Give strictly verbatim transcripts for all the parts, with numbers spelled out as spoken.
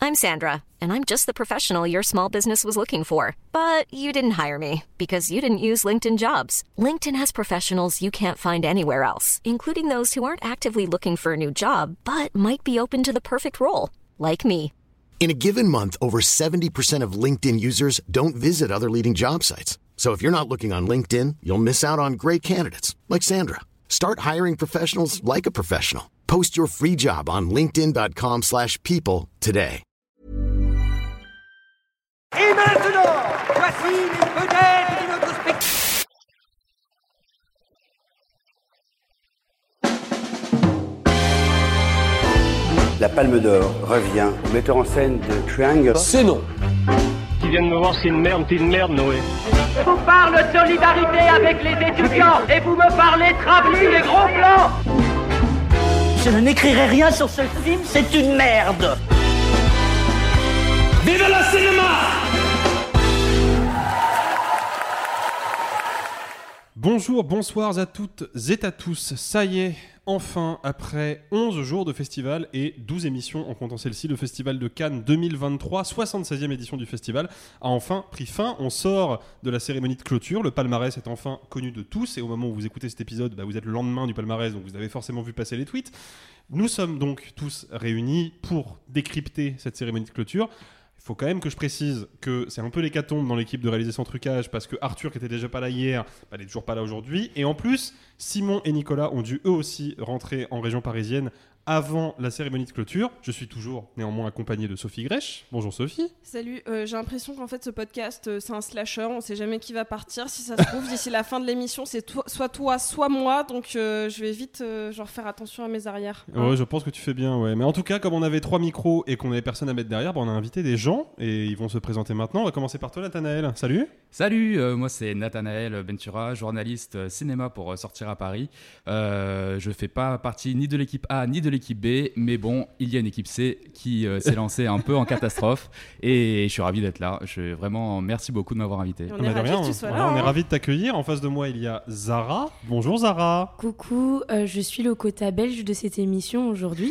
I'm Sandra, and I'm just the professional your small business was looking for. But you didn't hire me because you didn't use LinkedIn Jobs. LinkedIn has professionals you can't find anywhere else, including those who aren't actively looking for a new job, but might be open to the perfect role, like me. In a given month, over seventy percent of LinkedIn users don't visit other leading job sites. So if you're not looking on LinkedIn, you'll miss out on great candidates like Sandra. Start hiring professionals like a professional. Post your free job on linkedin.com slash people today. Et maintenant, voici les vedettes de notre spectacle. La Palme d'Or revient au metteur en scène de Triangle. C'est non. Qui viennent me voir, c'est une merde, c'est une merde, Noé. Je vous parle de solidarité avec les étudiants et vous me parlez travelling et gros plans. Je n'écrirai rien sur ce film, c'est une merde. Vive le cinéma! Bonjour, bonsoir à toutes et à tous. Ça y est, enfin, après onze jours de festival et douze émissions en comptant celle-ci, le Festival de Cannes deux mille vingt-trois, soixante-seizième édition du festival, a enfin pris fin. On sort de la cérémonie de clôture, le palmarès est enfin connu de tous et au moment où vous écoutez cet épisode, bah, vous êtes le lendemain du palmarès, donc vous avez forcément vu passer les tweets. Nous sommes donc tous réunis pour décrypter cette cérémonie de clôture. Il faut quand même que je précise que c'est un peu l'hécatombe dans l'équipe de Réaliser sans trucage parce que Arthur, qui était déjà pas là hier, bah, n'est toujours pas là aujourd'hui. Et en plus, Simon et Nicolas ont dû eux aussi rentrer en région parisienne avant la cérémonie de clôture. Je suis toujours néanmoins accompagné de Sophie Grèche. Bonjour Sophie. Salut, euh, j'ai l'impression qu'en fait ce podcast euh, c'est un slasher, on sait jamais qui va partir. Si ça se trouve d'ici la fin de l'émission c'est to- soit toi soit moi, donc euh, je vais vite euh, genre faire attention à mes arrières. Hein. Ouais, je pense que tu fais bien, ouais. Mais en tout cas, comme on avait trois micros et qu'on avait personne à mettre derrière, bah, on a invité des gens et ils vont se présenter maintenant. On va commencer par toi Nathanaël. Salut. Salut, euh, moi c'est Nathanaël Bentura, journaliste euh, cinéma pour euh, Sortir à Paris. Euh, je fais pas partie ni de l'équipe A ni de l'équipe B, mais bon, il y a une équipe C qui euh, s'est lancée un peu en catastrophe et je suis ravi d'être là. Je, vraiment, merci beaucoup de m'avoir invité. On est ravis que tu sois là. Voilà, on est hein. ravis de t'accueillir. En face de moi, il y a Zara. Bonjour Zara. Coucou, euh, je suis le quota belge de cette émission aujourd'hui.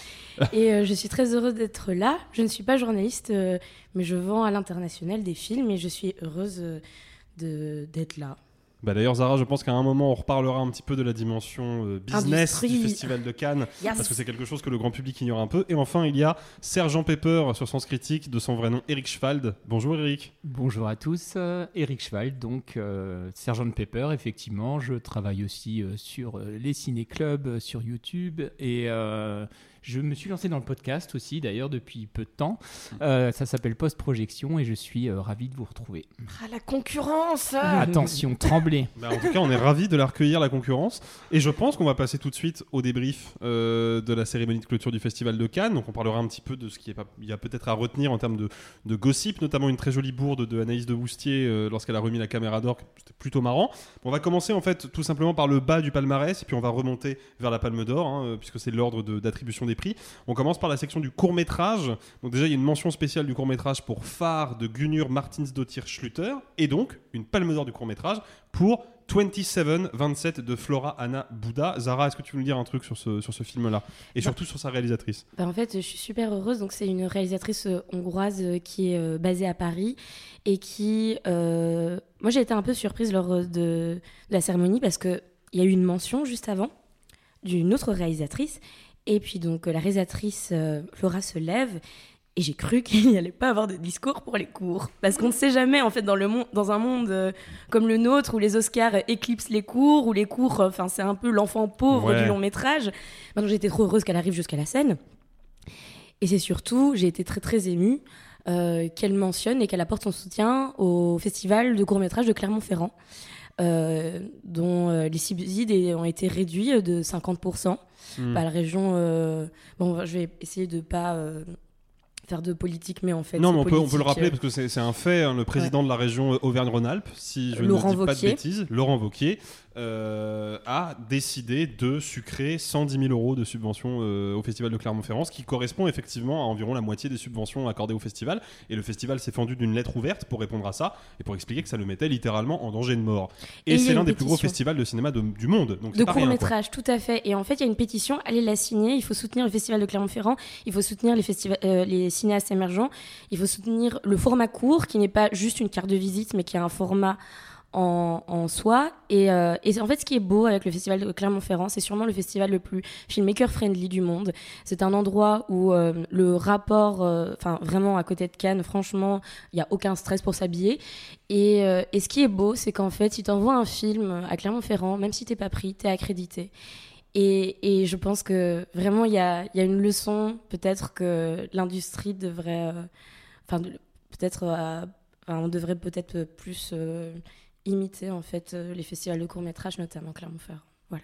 Et euh, je suis très heureuse d'être là. Je ne suis pas journaliste, euh, mais je vends à l'international des films et je suis heureuse euh, de, d'être là. Bah d'ailleurs Zara, je pense qu'à un moment on reparlera un petit peu de la dimension euh, business Industrie. du Festival de Cannes, Yes. parce que c'est quelque chose que le grand public ignore un peu. Et enfin il y a Sergent Pepper sur Sens Critique, de son vrai nom Eric Schwald. Bonjour Eric. Bonjour à tous, euh, Eric Schwald, donc euh, Sergent Pepper, effectivement. Je travaille aussi euh, sur euh, les ciné-clubs, euh, sur YouTube et euh, je me suis lancé dans le podcast aussi d'ailleurs depuis peu de temps. Euh, ça s'appelle Post-Projection et je suis euh, ravi de vous retrouver. Ah la concurrence. Attention, tremblez. Bah, en tout cas on est ravis de la recueillir, la concurrence. Et je pense qu'on va passer tout de suite au débrief euh, de la cérémonie de clôture du Festival de Cannes. Donc on parlera un petit peu de ce qu'il y a peut-être à retenir en termes de, de gossip, notamment une très jolie bourde de Anaïs de Boustier euh, lorsqu'elle a remis la caméra d'or. C'était plutôt marrant. On va commencer en fait tout simplement par le bas du palmarès et puis on va remonter vers la Palme d'Or hein, puisque c'est l'ordre de, d'attribution des prix. On commence par la section du court-métrage. Donc déjà, il y a une mention spéciale du court-métrage pour Phare de Gunur Martinsdottir Schluter et donc une Palme d'Or du court-métrage pour vingt-sept vingt-sept de Flora Anna Bouda. Zara, est-ce que tu veux nous dire un truc sur ce, sur ce film-là et surtout sur sa réalisatrice? Bah en fait, je suis super heureuse. Donc, c'est une réalisatrice euh, hongroise euh, qui est euh, basée à Paris et qui... Euh... Moi, j'ai été un peu surprise lors de, de la cérémonie parce qu'il y a eu une mention juste avant d'une autre réalisatrice. Et puis donc, euh, la réalisatrice euh, Flora se lève et j'ai cru qu'il n'y allait pas avoir de discours pour les courts. Parce qu'on ne sait jamais, en fait, dans, le monde, dans un monde euh, comme le nôtre, où les Oscars éclipsent les courts, où les courts, enfin, euh, c'est un peu l'enfant pauvre ouais. du long métrage. Donc, j'ai été trop heureuse qu'elle arrive jusqu'à la scène. Et c'est surtout, j'ai été très, très émue euh, qu'elle mentionne et qu'elle apporte son soutien au festival de court-métrage de Clermont-Ferrand, euh, dont euh, les subsides ont été réduits de cinquante pour cent. Mmh. Bah, la région... Euh, bon, je vais essayer de ne pas... Euh, faire de politique, mais en fait, non, mais on peut, on peut le rappeler parce que c'est, c'est un fait. Hein, le président ouais. de la région Auvergne-Rhône-Alpes, si je Laurent ne dis Wauquiez. pas de bêtises, Laurent Wauquiez, euh, a décidé de sucrer cent dix mille euros de subvention euh, au Festival de Clermont-Ferrand, ce qui correspond effectivement à environ la moitié des subventions accordées au festival. Et le festival s'est fendu d'une lettre ouverte pour répondre à ça et pour expliquer que ça le mettait littéralement en danger de mort. Et, et c'est l'un des plus gros festivals de cinéma de, du monde. Donc de court-métrage, tout à fait. Et en fait, il y a une pétition, allez la signer. Il faut soutenir le Festival de Clermont-Ferrand, il faut soutenir les, festiva- euh, les cinéastes émergents, il faut soutenir le format court qui n'est pas juste une carte de visite, mais qui a un format En, en soi et, euh, et en fait ce qui est beau avec le festival de Clermont-Ferrand, c'est sûrement le festival le plus filmmaker friendly du monde. C'est un endroit où euh, le rapport enfin euh, vraiment à côté de Cannes, franchement il n'y a aucun stress pour s'habiller et, euh, et ce qui est beau, c'est qu'en fait si tu envoies un film à Clermont-Ferrand, même si t'es pas pris, t'es accrédité. Et, et je pense que vraiment il y a, y a une leçon peut-être que l'industrie devrait enfin euh, peut-être euh, on devrait peut-être plus euh, imiter en fait euh, les festivals de court-métrage, notamment Clermont-Ferrand. Voilà.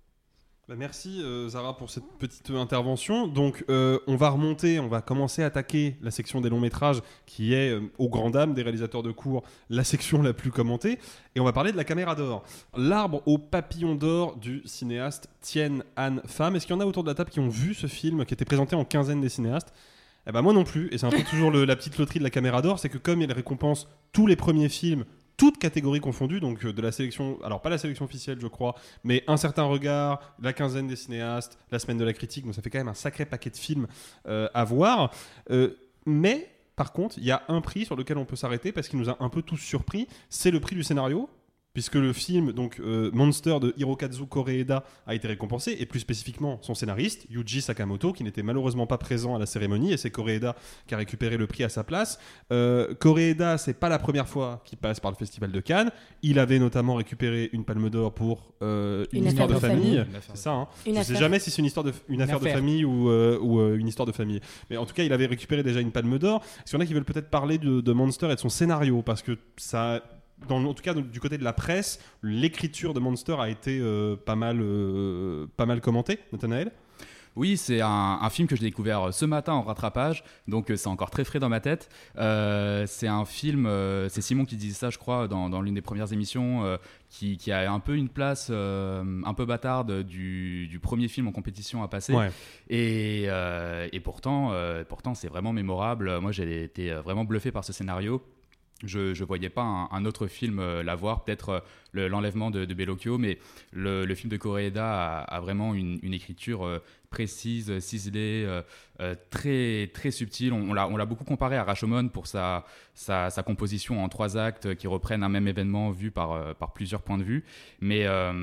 Bah merci euh, Zara pour cette petite intervention. Donc euh, on va remonter, on va commencer à attaquer la section des longs métrages qui est, euh, aux grandes dames des réalisateurs de court, la section la plus commentée. Et on va parler de la caméra d'or. L'arbre au papillon d'or du cinéaste Tien Han Pham. Est-ce qu'il y en a autour de la table qui ont vu ce film qui était présenté en quinzaine des cinéastes ? Eh ben moi non plus, et c'est un peu toujours le, la petite loterie de la caméra d'or, c'est que comme il récompense tous les premiers films, toutes catégories confondues, donc de la sélection, alors pas la sélection officielle je crois, mais Un certain regard, la quinzaine des cinéastes, la semaine de la critique, donc ça fait quand même un sacré paquet de films euh, à voir. Euh, mais par contre, il y a un prix sur lequel on peut s'arrêter parce qu'il nous a un peu tous surpris, c'est le prix du scénario. Puisque le film donc euh, Monster de Hirokazu Koreeda a été récompensé, et plus spécifiquement son scénariste Yuji Sakamoto, qui n'était malheureusement pas présent à la cérémonie, et c'est Koreeda qui a récupéré le prix à sa place. euh, Koreeda, c'est pas la première fois qu'il passe par le Festival de Cannes. Il avait notamment récupéré une Palme d'Or pour euh, une, une histoire de, de famille, famille. C'est ça, hein. Je sais jamais si c'est une histoire de, une, une affaire, affaire de famille ou, euh, ou euh, une histoire de famille, mais en tout cas il avait récupéré déjà une Palme d'Or. Est-ce qu'il y en a qui veulent peut-être parler de, de Monster et de son scénario, parce que ça, dans, en tout cas du côté de la presse, l'écriture de Monster a été euh, pas mal, euh, pas mal commentée. Nathanaël ? Oui, c'est un, un film que j'ai découvert ce matin en rattrapage, donc c'est encore très frais dans ma tête. Euh, c'est un film, euh, c'est Simon qui disait ça, je crois, dans, dans l'une des premières émissions, euh, qui, qui a un peu une place euh, un peu bâtarde du, du premier film en compétition à passer. Ouais. Et, euh, et pourtant, euh, pourtant, c'est vraiment mémorable. Moi, j'ai été vraiment bluffé par ce scénario. Je ne voyais pas un, un autre film euh, l'avoir, peut-être euh, le, l'enlèvement de, de Bellocchio, mais le, le film de Koreeda a, a vraiment une, une écriture euh, précise, ciselée, euh, euh, très, très subtile. On, on, l'a, on l'a beaucoup comparé à Rashomon pour sa, sa, sa composition en trois actes qui reprennent un même événement vu par, euh, par plusieurs points de vue. Mais, euh,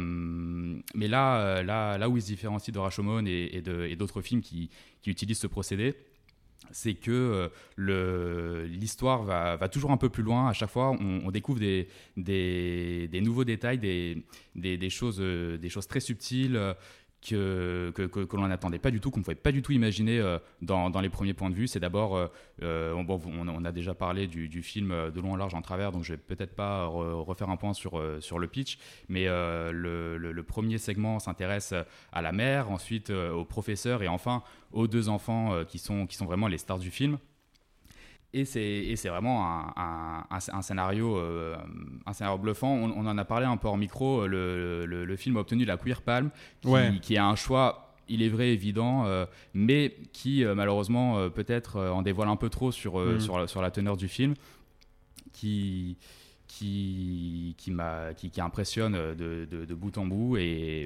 mais là, là, là où il se différencie de Rashomon et, et, de, et d'autres films qui, qui utilisent ce procédé, c'est que euh, le, l'histoire va, va toujours un peu plus loin. À chaque fois, on, on découvre des, des, des nouveaux détails, des, des, des, choses, euh, des choses très subtiles euh, que, que, que, que l'on n'attendait pas du tout, qu'on ne pouvait pas du tout imaginer euh, dans, dans les premiers points de vue. C'est d'abord, euh, euh, bon, on, on a déjà parlé du, du film De long en large en travers, donc je ne vais peut-être pas re, refaire un point sur, euh, sur le pitch, mais euh, le, le, le premier segment s'intéresse à la mère, ensuite euh, au professeur et enfin aux deux enfants euh, qui, sont, qui sont vraiment les stars du film. Et c'est, et c'est vraiment un, un, un, scénario, euh, un scénario bluffant. On, on en a parlé un peu en micro. Le, le, le film a obtenu la Queer Palm, qui, ouais. qui a un choix, il est vrai, évident, euh, mais qui, euh, malheureusement, euh, peut-être euh, en dévoile un peu trop sur, euh, mmh. sur, sur la teneur du film, qui, qui, qui, m'a, qui, qui impressionne de, de, de bout en bout et,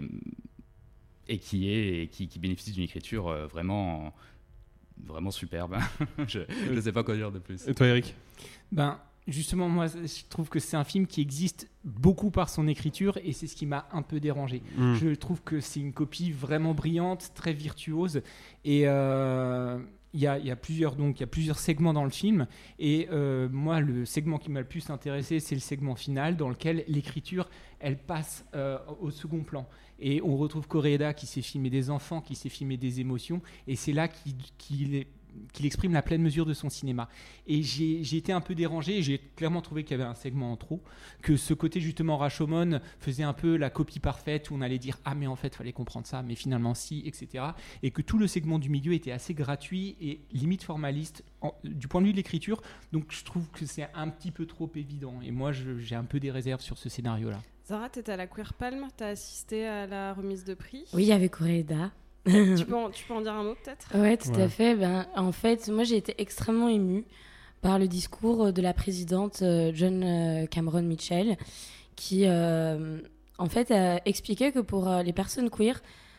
et, qui, est, et qui, qui bénéficie d'une écriture euh, vraiment... vraiment superbe. je ne sais pas quoi dire de plus. Et toi, Eric ? Ben, justement, moi, je trouve que c'est un film qui existe beaucoup par son écriture et c'est ce qui m'a un peu dérangé. Mmh. Je trouve que c'est une copie vraiment brillante, très virtuose et euh, il y a, y a plusieurs, donc, y a plusieurs segments dans le film et euh, moi, le segment qui m'a le plus intéressé, c'est le segment final dans lequel l'écriture, elle passe euh, au second plan. Et on retrouve Koreeda qui sait filmer des enfants, qui sait filmer des émotions. Et c'est là qu'il, qu'il, qu'il exprime la pleine mesure de son cinéma. Et j'ai, j'ai été un peu dérangé. J'ai clairement trouvé qu'il y avait un segment en trop. Que ce côté justement Rashomon faisait un peu la copie parfaite où on allait dire « Ah mais en fait, il fallait comprendre ça, mais finalement si, et cetera » Et que tout le segment du milieu était assez gratuit et limite formaliste en, du point de vue de l'écriture. Donc je trouve que c'est un petit peu trop évident. Et moi, je, j'ai un peu des réserves sur ce scénario-là. Zara, t'étais à la Queer Palm, t'as assisté à la remise de prix. Oui, avec Coréda. tu, peux en, tu peux en dire un mot peut-être ? Ouais, tout Ouais. à fait. Ben, en fait, moi j'ai été extrêmement émue par le discours de la présidente euh, John euh, Cameron Mitchell, qui euh, en fait a expliqué que pour euh, les personnes queer,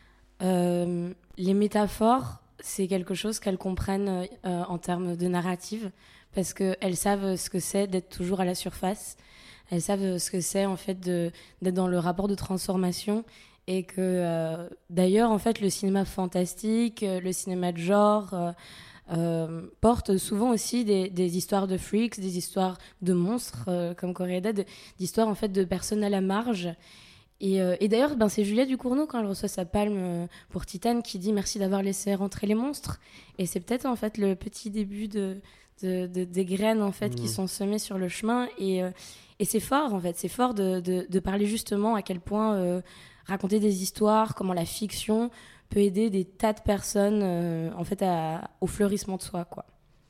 euh, les métaphores, c'est quelque chose qu'elles comprennent euh, en termes de narrative, parce qu'elles savent ce que c'est d'être toujours à la surface. Elles savent ce que c'est en fait de, d'être dans le rapport de transformation, et que euh, d'ailleurs en fait le cinéma fantastique, le cinéma de genre euh, euh, porte souvent aussi des, des histoires de freaks, des histoires de monstres euh, comme Coréda, de, d'histoires en fait de personnes à la marge. Et, euh, et d'ailleurs, ben, c'est Julia Ducournau, quand elle reçoit sa palme euh, pour Titane, qui dit merci d'avoir laissé rentrer les monstres. Et c'est peut-être en fait le petit début de, de, de, des graines en fait, mmh. qui sont semées sur le chemin. Et, euh, et c'est fort en fait, c'est fort de, de, de parler justement à quel point euh, raconter des histoires, comment la fiction peut aider des tas de personnes euh, en fait à, au fleurissement de soi, quoi.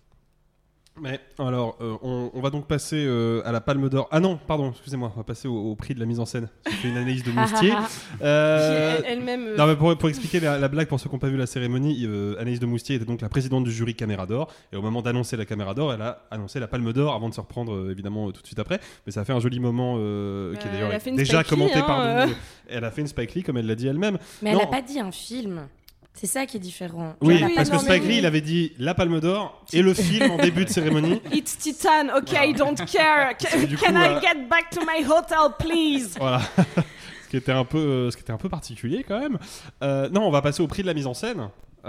Mais alors, euh, on, on va donc passer euh, à la Palme d'Or. Ah non, pardon, excusez-moi, on va passer au, au prix de la mise en scène. J'ai fait une analyse de Moustier. euh, qui elle-même. Euh... Non, mais pour, pour expliquer la, la blague, pour ceux qui n'ont pas vu la cérémonie, euh, Anaïs de Moustier était donc la présidente du jury Caméra d'Or. Et au moment d'annoncer la Caméra d'Or, elle a annoncé la Palme d'Or avant de se reprendre, euh, évidemment, euh, tout de suite après. Mais ça a fait un joli moment euh, bah, qui est d'ailleurs déjà commenté hein, par euh... nous. Elle a fait une Spike Lee, comme elle l'a dit elle-même. Mais non. elle n'a pas dit un film. C'est ça qui est différent. Oui, Genre, parce que Spike Lee, oui. il avait dit la Palme d'Or et le film en début de cérémonie. It's Titan, ok, voilà. Don't care. Can, coup, can I euh... get back to my hotel, please? Voilà. ce, qui était un peu, euh, ce qui était un peu particulier quand même. Euh, non, on va passer au prix de la mise en scène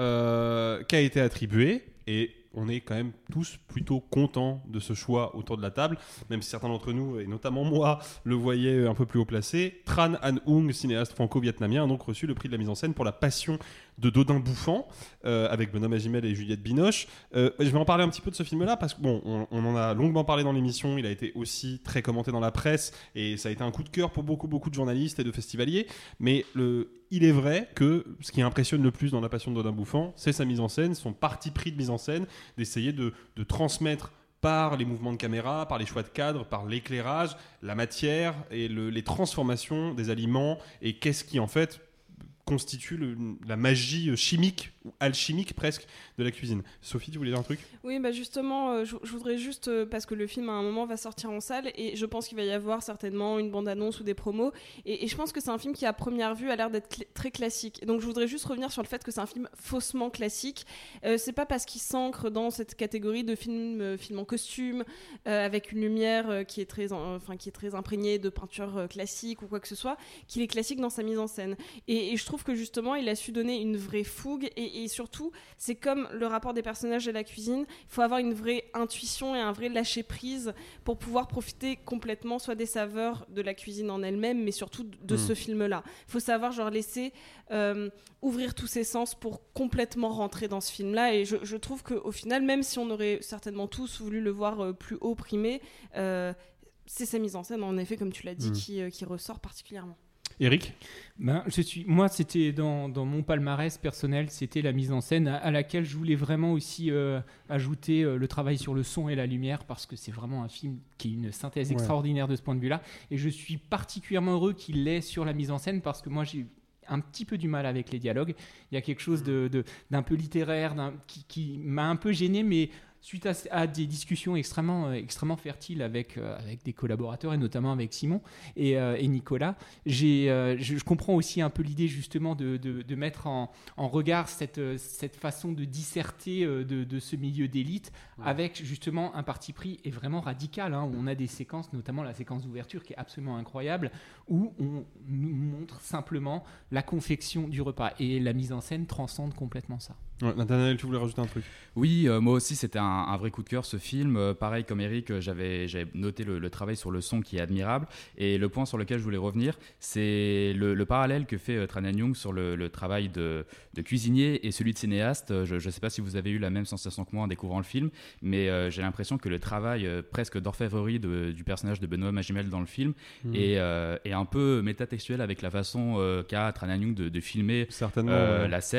euh, qui a été attribué. Et on est quand même tous plutôt contents de ce choix autour de la table, même si certains d'entre nous, et notamment moi, le voyaient un peu plus haut placé. Tran Anh Hung, cinéaste franco-vietnamien, a donc reçu le prix de la mise en scène pour La Passion de Dodin Bouffant, euh, avec Benoît Magimel et Juliette Binoche. Euh, je vais en parler un petit peu de ce film-là, parce que bon, on, on en a longuement parlé dans l'émission, il a été aussi très commenté dans la presse, et ça a été un coup de cœur pour beaucoup, beaucoup de journalistes et de festivaliers, mais le... il est vrai que ce qui impressionne le plus dans La Passion de Dodin Bouffant, c'est sa mise en scène, son parti pris de mise en scène, d'essayer de, de transmettre par les mouvements de caméra, par les choix de cadre, par l'éclairage, la matière et le, les transformations des aliments, et qu'est-ce qui en fait constitue le, la magie chimique ou alchimique presque de la cuisine. Sophie, tu voulais dire un truc ? Oui, bah justement, euh, je, je voudrais juste, euh, parce que le film à un moment va sortir en salle, et je pense qu'il va y avoir certainement une bande-annonce ou des promos, et, et je pense que c'est un film qui à première vue a l'air d'être cl- très classique. Et donc je voudrais juste revenir sur le fait que c'est un film faussement classique. Euh, c'est pas parce qu'il s'ancre dans cette catégorie de film, euh, film en costume, euh, avec une lumière euh, qui est très, enfin euh, qui est très imprégnée de peinture euh, classique ou quoi que ce soit, qu'il est classique dans sa mise en scène. Et, et je trouve que justement il a su donner une vraie fougue, et, et surtout c'est comme le rapport des personnages à la cuisine, il faut avoir une vraie intuition et un vrai lâcher prise pour pouvoir profiter complètement soit des saveurs de la cuisine en elle-même, mais surtout de mmh. ce film là. Il faut savoir genre laisser euh, ouvrir tous ses sens pour complètement rentrer dans ce film là, et je, je trouve qu'au final, même si on aurait certainement tous voulu le voir euh, plus haut primé, euh, c'est sa mise en scène en effet, comme tu l'as dit, mmh. qui, euh, qui ressort particulièrement. Eric ? Ben, je suis, moi, c'était dans, dans mon palmarès personnel, c'était la mise en scène à, à laquelle je voulais vraiment aussi euh, ajouter euh, le travail sur le son et la lumière, parce que c'est vraiment un film qui est une synthèse ouais. extraordinaire de ce point de vue-là. Et je suis particulièrement heureux qu'il l'ait sur la mise en scène, parce que moi, j'ai un petit peu du mal avec les dialogues. Il y a quelque chose de, de, d'un peu littéraire, d'un, qui, qui m'a un peu gêné, mais suite à, à des discussions extrêmement, euh, extrêmement fertiles avec, euh, avec des collaborateurs, et notamment avec Simon et, euh, et Nicolas, j'ai, euh, je, je comprends aussi un peu l'idée justement de, de, de mettre en, en regard cette, cette façon de disserter euh, de, de ce milieu d'élite, ouais. avec justement un parti pris et vraiment radical, hein, où on a des séquences, notamment la séquence d'ouverture qui est absolument incroyable, où on nous montre simplement la confection du repas, et la mise en scène transcende complètement ça. Ouais, Nathanaël, tu voulais rajouter un truc ? Oui, euh, moi aussi c'était un, un vrai coup de cœur ce film. Euh, pareil comme Eric, euh, j'avais, j'avais noté le, le travail sur le son qui est admirable. Et le point sur lequel je voulais revenir, c'est le, le parallèle que fait euh, Tran Anh Hung sur le, le travail de, de cuisinier et celui de cinéaste. Euh, je ne sais pas si vous avez eu la même sensation que moi en découvrant le film, mais euh, j'ai l'impression que le travail euh, presque d'orfèvrerie de, du personnage de Benoît Magimel dans le film mmh. est, euh, est un peu métatextuel avec la façon euh, qu'a Tran Anh Hung de, de filmer euh, ouais. la scène.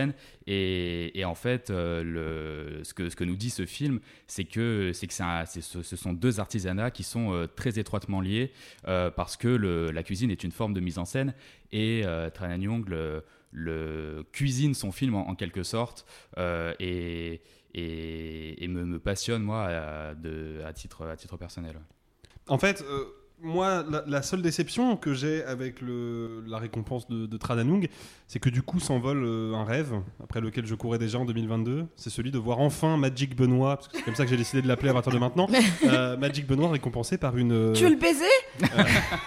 Et, et en fait, euh, le, ce, que, ce que nous dit ce film, c'est que, c'est que c'est un, c'est ce, ce sont deux artisanats qui sont euh, très étroitement liés euh, parce que le, la cuisine est une forme de mise en scène et euh, Tran Anh Young le, le cuisine son film en, en quelque sorte euh, et, et, et me, me passionne moi à, de, à, titre, à titre personnel. En fait... Euh... Moi, la, la seule déception que j'ai avec le, la récompense de, de Tran Anh Young, c'est que du coup s'envole euh, un rêve, après lequel je courais déjà en deux mille vingt-deux. C'est celui de voir enfin Magic Benoît, parce que c'est comme ça que j'ai décidé de l'appeler à partir de maintenant. Euh, Magic Benoît récompensé par une... Euh, tu veux le baiser euh,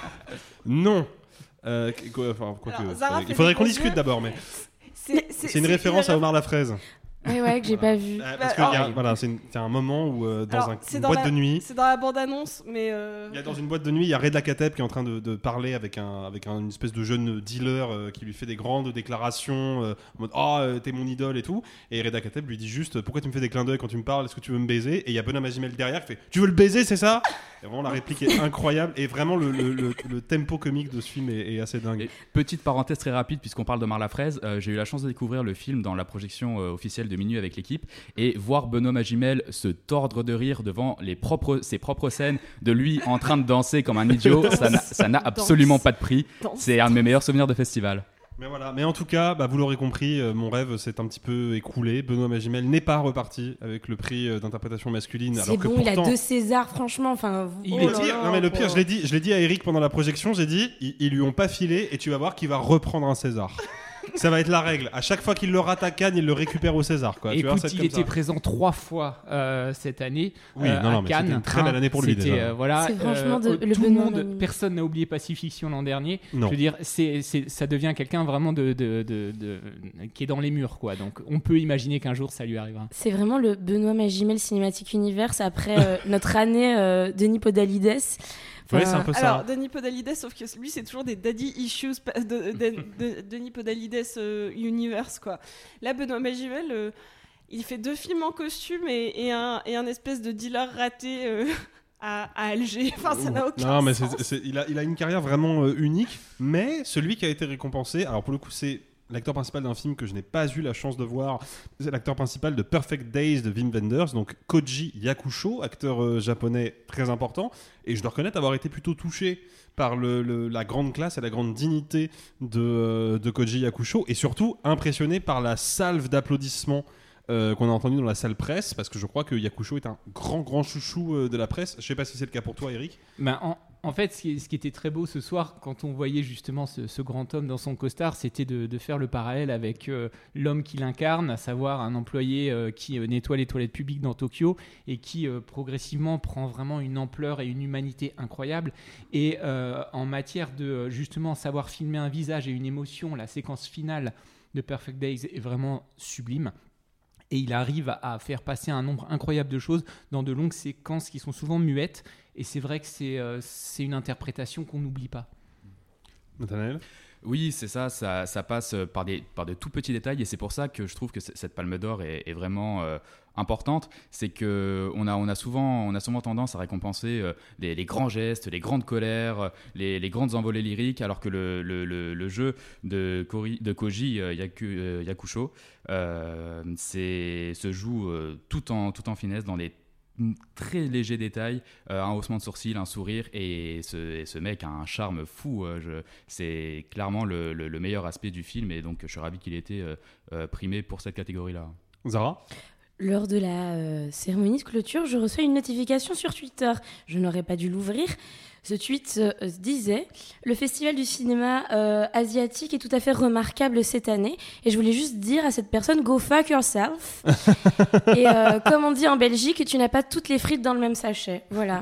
Non. Euh, quoi, enfin, quoi Alors, que, Zara il faudrait qu'on discute d'abord, mais c'est, c'est, c'est une c'est référence une à Omar Lafraise. Ouais, ouais, que j'ai voilà. pas vu. Euh, parce Bah, que y a, oh. voilà, c'est, une, c'est un moment où euh, dans Alors, un, c'est une dans boîte la, de nuit, c'est dans la bande-annonce, mais euh... il y a dans une boîte de nuit, il y a Reda Kateb qui est en train de, de parler avec un avec un, une espèce de jeune dealer euh, qui lui fait des grandes déclarations euh, en mode oh euh, t'es mon idole et tout. Et Reda Kateb lui dit juste pourquoi tu me fais des clins d'œil quand tu me parles, est-ce que tu veux me baiser? Et il y a Benoît Magimel derrière qui fait tu veux le baiser, c'est ça? Et vraiment la réplique est incroyable et vraiment le, le, le, le tempo comique de ce film est, est assez dingue. Et petite parenthèse très rapide puisqu'on parle d'Omar Lafraise, euh, j'ai eu la chance de découvrir le film dans la projection euh, officielle de Minuit avec l'équipe et voir Benoît Magimel se tordre de rire devant les propres, ses propres scènes de lui en train de danser comme un idiot, danse, ça, n'a, ça n'a absolument danse, pas de prix. Danse, c'est un de mes meilleurs souvenirs de festival. Mais voilà, mais en tout cas, bah, vous l'aurez compris, euh, mon rêve s'est un petit peu écoulé. Benoît Magimel n'est pas reparti avec le prix euh, d'interprétation masculine. C'est alors bon, que pourtant, il a deux Césars, franchement. Enfin, il oh est pire. Non mais le pire, je l'ai dit, je l'ai dit à Eric pendant la projection. J'ai dit, ils, ils lui ont pas filé et tu vas voir qu'il va reprendre un César. Ça va être la règle. À chaque fois qu'il le rate à Cannes, il le récupère au César. Quoi. Écoute, tu vois, il était ça. présent trois fois euh, cette année oui, euh, non, non, à mais Cannes. C'était une très belle année pour lui déjà. Euh, voilà, c'est franchement de, euh, le tout Benoît le monde, Magimel. Personne n'a oublié Pacifiction l'an dernier. Non. Je veux dire, c'est, c'est, ça devient quelqu'un vraiment de, de, de, de, qui est dans les murs, quoi. Donc, on peut imaginer qu'un jour ça lui arrivera. C'est vraiment le Benoît Magimel Cinematic Universe après euh, notre année euh, Denis Podalides. Ouais, c'est un peu ça. Alors, Denis Podalides, sauf que lui, c'est toujours des daddy issues de, de, de, de Denis Podalides euh, Universe, quoi. Là, Benoît Magimel, euh, il fait deux films en costume et, et, un, et un espèce de dealer raté euh, à, à Alger. Enfin, ça n'a aucun non, mais sens. c'est, c'est, il, a, il a une carrière vraiment euh, unique, mais celui qui a été récompensé, alors pour le coup, c'est l'acteur principal d'un film que je n'ai pas eu la chance de voir, c'est l'acteur principal de Perfect Days de Wim Wenders, donc Koji Yakusho, acteur euh, japonais très important, et je dois reconnaître avoir été plutôt touché par le, le, la grande classe et la grande dignité de, euh, de Koji Yakusho, et surtout impressionné par la salve d'applaudissements euh, qu'on a entendu dans la salle presse, parce que je crois que Yakusho est un grand grand chouchou euh, de la presse. Je ne sais pas si c'est le cas pour toi, Eric. Ben, en... En fait, ce qui, ce qui était très beau ce soir, quand on voyait justement ce, ce grand homme dans son costard, c'était de, de faire le parallèle avec euh, l'homme qu'il incarne, à savoir un employé euh, qui euh, nettoie les toilettes publiques dans Tokyo et qui euh, progressivement prend vraiment une ampleur et une humanité incroyable. Et euh, en matière de justement savoir filmer un visage et une émotion, la séquence finale de Perfect Days est vraiment sublime. Et il arrive à faire passer un nombre incroyable de choses dans de longues séquences qui sont souvent muettes. Et c'est vrai que c'est, euh, c'est une interprétation qu'on n'oublie pas. Nathanaël ? Oui, c'est ça, ça, ça passe par, des, par de tout petits détails. Et c'est pour ça que je trouve que c- cette Palme d'Or est, est vraiment euh, importante. C'est qu'on a, on a, souvent, on a souvent tendance à récompenser euh, les, les grands gestes, les grandes colères, les, les grandes envolées lyriques, alors que le, le, le, le jeu de, Kori, de Koji euh, Yaku, euh, Yakusho euh, c'est, se joue euh, tout, en, tout en finesse dans les très léger détail, euh, un haussement de sourcil, un sourire, et ce, et ce mec a un charme fou. Euh, je, c'est clairement le, le, le meilleur aspect du film, et donc je suis ravi qu'il ait été euh, euh, primé pour cette catégorie-là. Zara ? Lors de la euh, cérémonie de clôture, je reçois une notification sur Twitter. Je n'aurais pas dû l'ouvrir. Ce tweet euh, disait « Le festival du cinéma euh, asiatique est tout à fait remarquable cette année. » Et je voulais juste dire à cette personne « Go fuck yourself !» Et euh, comme on dit en Belgique, tu n'as pas toutes les frites dans le même sachet. Voilà.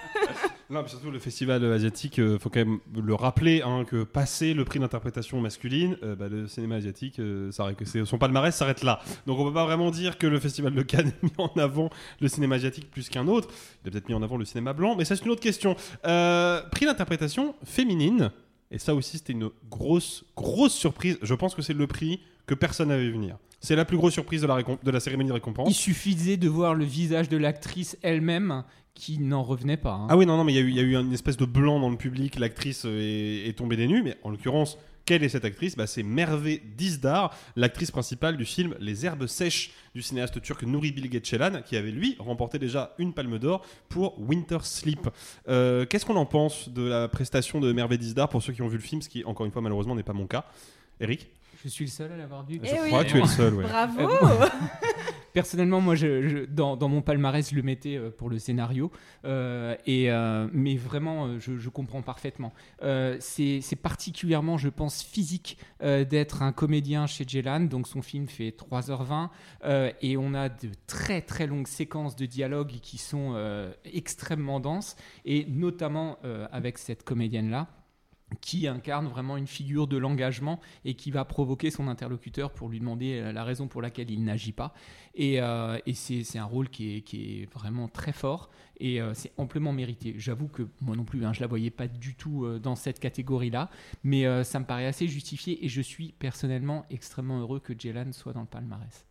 Non, mais surtout le festival asiatique, il euh, faut quand même le rappeler, hein, que passer le prix d'interprétation masculine, euh, bah, le cinéma asiatique, euh, ça, c'est, son palmarès s'arrête là. Donc on peut pas vraiment dire que le festival de Cannes a mis en avant le cinéma asiatique plus qu'un autre. Il a peut-être mis en avant le cinéma blanc, mais ça c'est une autre question. Euh, prix d'interprétation féminine, et ça aussi c'était une grosse, grosse surprise. Je pense que c'est le prix que personne n'avait vu venir. C'est la plus grosse surprise de la, récom- de la cérémonie de récompense. Il suffisait de voir le visage de l'actrice elle-même qui n'en revenait pas. Hein. Ah oui, non, non, mais il y, y a eu une espèce de blanc dans le public, l'actrice est, est tombée des nues, mais en l'occurrence, Quelle est cette actrice ? Bah, c'est Merve Dizdar, l'actrice principale du film Les Herbes Sèches du cinéaste turc Nuri Bilge Ceylan, qui avait lui remporté déjà une Palme d'Or pour Winter Sleep. Euh, qu'est-ce qu'on en pense de la prestation de Merve Dizdar pour ceux qui ont vu le film, ce qui encore une fois malheureusement n'est pas mon cas. Eric ? Je suis le seul à l'avoir vu. Je eh crois oui. que tu es le seul. Ouais. Bravo. Euh, bon. Personnellement, moi, je, je, dans, dans mon palmarès, je le mettais euh, pour le scénario. Euh, et, euh, mais vraiment, euh, je, je comprends parfaitement. Euh, c'est, c'est particulièrement, je pense, physique euh, d'être un comédien chez Ceylan. Donc, son film fait trois heures vingt. Euh, et on a de très, très longues séquences de dialogue qui sont euh, extrêmement denses. Et notamment euh, avec cette comédienne-là, qui incarne vraiment une figure de l'engagement et qui va provoquer son interlocuteur pour lui demander la raison pour laquelle il n'agit pas. Et, euh, et c'est, c'est un rôle qui est, qui est vraiment très fort et euh, c'est amplement mérité. J'avoue que moi non plus, hein, je ne la voyais pas du tout euh, dans cette catégorie-là, mais euh, ça me paraît assez justifié et je suis personnellement extrêmement heureux que Ceylan soit dans le palmarès.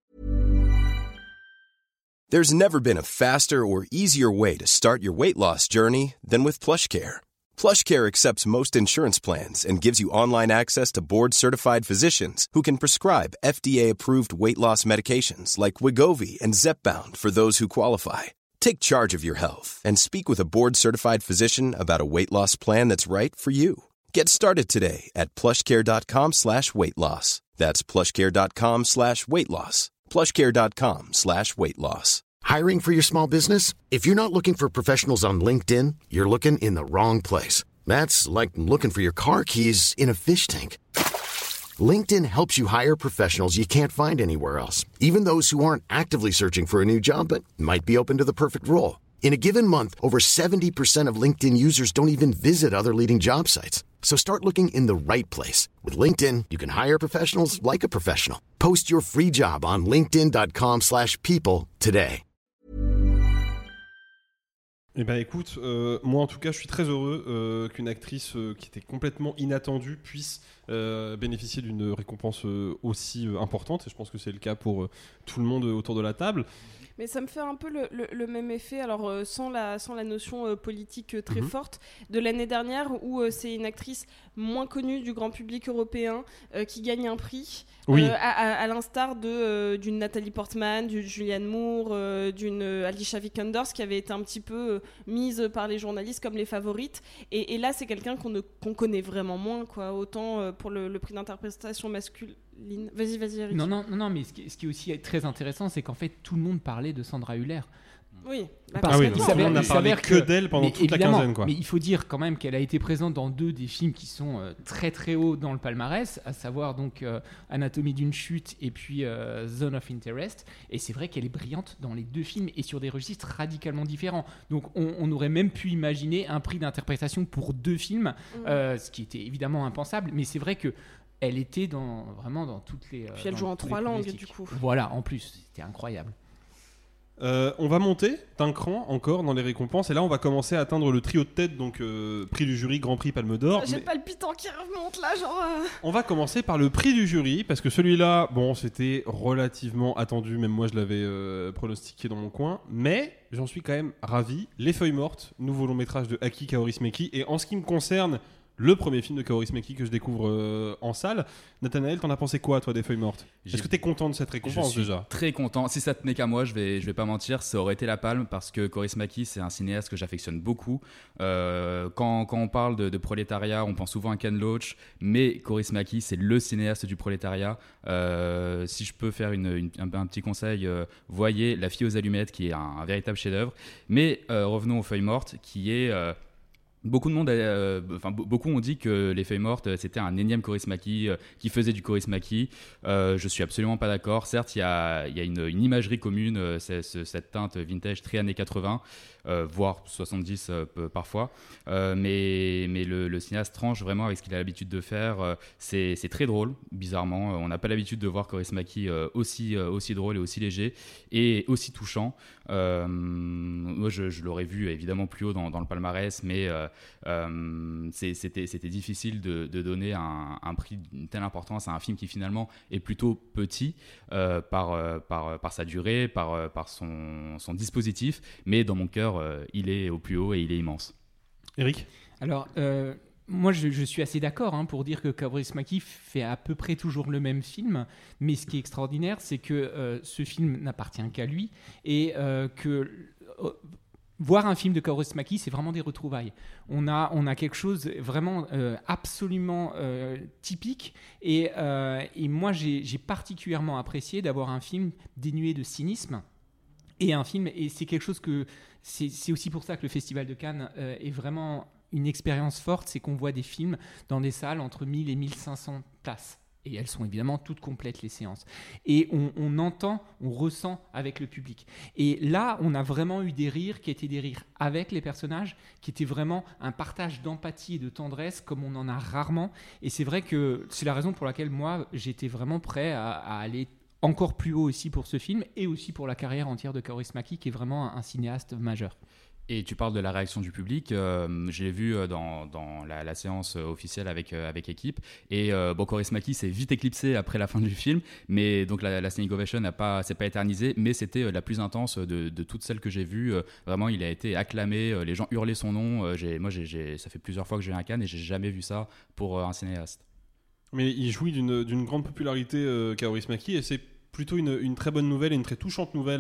There's never been a faster or easier way to start your weight loss journey than with PlushCare. PlushCare accepts most insurance plans and gives you online access to board-certified physicians who can prescribe F D A-approved weight loss medications like Wegovy and Zepbound for those who qualify. Take charge of your health and speak with a board-certified physician about a weight loss plan that's right for you. Get started today at plushcare.com slash weight loss. That's plushcare.com slash weight loss. plushcare.com slash weight loss. Hiring for your small business? If you're not looking for professionals on LinkedIn, you're looking in the wrong place. That's like looking for your car keys in a fish tank. LinkedIn helps you hire professionals you can't find anywhere else, even those who aren't actively searching for a new job but might be open to the perfect role. In a given month, over seventy percent of LinkedIn users don't even visit other leading job sites. So start looking in the right place. With LinkedIn, you can hire professionals like a professional. Post your free job on linkedin.com slash people today. Eh ben écoute, euh, moi en tout cas je suis très heureux euh, qu'une actrice euh, qui était complètement inattendue puisse euh, bénéficier d'une récompense euh, aussi euh, importante et je pense que c'est le cas pour euh, tout le monde autour de la table. Mais ça me fait un peu le, le, le même effet, alors euh, sans, la, sans la notion euh, politique euh, très mmh. forte, de l'année dernière où euh, c'est une actrice moins connue du grand public européen euh, qui gagne un prix, oui. euh, à, à, à l'instar de, euh, d'une Nathalie Portman, d'une Julianne Moore, euh, d'une euh, Alicia Vikander, qui avait été un petit peu euh, mise par les journalistes comme les favorites. Et, et là, c'est quelqu'un qu'on, ne, qu'on connaît vraiment moins, quoi. Autant euh, pour le, le prix d'interprétation masculine. Vas-y, vas-y, Eric. Non, non, non, non mais ce qui, ce qui est aussi très intéressant, c'est qu'en fait, tout le monde parlait de Sandra Hüller. Oui, ah oui, on n'a parlé que d'elle pendant toute la quinzaine, quoi. Mais il faut dire quand même qu'elle a été présente dans deux des films qui sont euh, très très hauts dans le palmarès, à savoir donc euh, Anatomie d'une chute et puis euh, Zone of Interest. Et c'est vrai qu'elle est brillante dans les deux films et sur des registres radicalement différents. Donc on, on aurait même pu imaginer un prix d'interprétation pour deux films, mmh. euh, ce qui était évidemment impensable. Mais c'est vrai que elle était dans, vraiment dans toutes les... Puis elle joue en trois langues, du coup. Voilà, en plus, c'était incroyable. Euh, on va monter d'un cran encore dans les récompenses et là on va commencer à atteindre le trio de tête, donc euh, prix du jury, grand prix, palme d'or. J'ai mais... le palpitant qui remonte là, genre... Euh... On va commencer par le prix du jury parce que celui-là, bon, c'était relativement attendu, même moi je l'avais euh, pronostiqué dans mon coin, mais j'en suis quand même ravi. Les Feuilles Mortes, nouveau long métrage de Aki Kaurismäki, et en ce qui me concerne, le premier film de Kaurismäki que je découvre euh, en salle. Nathanaël, t'en as pensé quoi, toi, des Feuilles Mortes ? J'ai... Est-ce que t'es content de cette récompense, je suis déjà ? Très content. Si ça tenait qu'à moi, je vais, je vais pas mentir, ça aurait été la palme parce que Kaurismäki, c'est un cinéaste que j'affectionne beaucoup. Euh, quand, quand on parle de, de prolétariat, on pense souvent à Ken Loach, mais Kaurismäki, c'est le cinéaste du prolétariat. Euh, si je peux faire une, une, un, un petit conseil, euh, voyez La fille aux allumettes, qui est un, un véritable chef-d'œuvre. Mais euh, revenons aux Feuilles Mortes, qui est... Euh, Beaucoup de monde, euh, enfin beaucoup ont dit que Les Feuilles Mortes c'était un énième Kaurismäki euh, qui faisait du Kaurismäki. Euh, je suis absolument pas d'accord. Certes, il y a, y a une, une imagerie commune, euh, c'est, c'est, cette teinte vintage très années quatre-vingts, euh, voire soixante-dix euh, parfois. Euh, mais mais le, le cinéaste tranche vraiment avec ce qu'il a l'habitude de faire. Euh, c'est, c'est très drôle, bizarrement. On n'a pas l'habitude de voir Kaurismäki euh, aussi euh, aussi drôle et aussi léger et aussi touchant. Euh, moi, je, je l'aurais vu évidemment plus haut dans, dans le palmarès, mais euh, Euh, c'est, c'était, c'était difficile de, de donner un, un prix d'une telle importance à un film qui finalement est plutôt petit euh, par, euh, par, par sa durée, par, euh, par son, son dispositif, mais dans mon cœur, euh, il est au plus haut et il est immense. Eric ? Alors, euh, moi, je, je suis assez d'accord hein, pour dire que Kaurismäki fait à peu près toujours le même film, mais ce qui est extraordinaire, c'est que euh, ce film n'appartient qu'à lui et euh, que euh, voir un film de Kaurismäki, c'est vraiment des retrouvailles. On a, on a quelque chose vraiment euh, absolument euh, typique et, euh, et moi, j'ai, j'ai particulièrement apprécié d'avoir un film dénué de cynisme. Et un film, et c'est quelque chose que c'est, c'est aussi pour ça que le Festival de Cannes euh, est vraiment une expérience forte, c'est qu'on voit des films dans des salles entre mille et mille cinq cents places. Et elles sont évidemment toutes complètes, les séances. Et on, on entend, on ressent avec le public. Et là, on a vraiment eu des rires qui étaient des rires avec les personnages, qui étaient vraiment un partage d'empathie et de tendresse comme on en a rarement. Et c'est vrai que c'est la raison pour laquelle moi, j'étais vraiment prêt à, à aller encore plus haut aussi pour ce film et aussi pour la carrière entière de Kaurismäki, qui est vraiment un, un cinéaste majeur. Et tu parles de la réaction du public. Euh, je l'ai vu dans, dans la, la séance officielle avec, euh, avec équipe. Et euh, bon, Kaurismäki s'est vite éclipsé après la fin du film. Mais donc la, la standing ovation n'a pas, s'est pas éternisée. Mais c'était la plus intense de, de toutes celles que j'ai vues. Euh, vraiment, il a été acclamé. Les gens hurlaient son nom. Euh, j'ai, moi, j'ai, j'ai, ça fait plusieurs fois que je vais à Cannes et j'ai jamais vu ça pour euh, un cinéaste. Mais il jouit d'une, d'une grande popularité, euh, Kaurismäki, et c'est plutôt une, une très bonne nouvelle et une très touchante nouvelle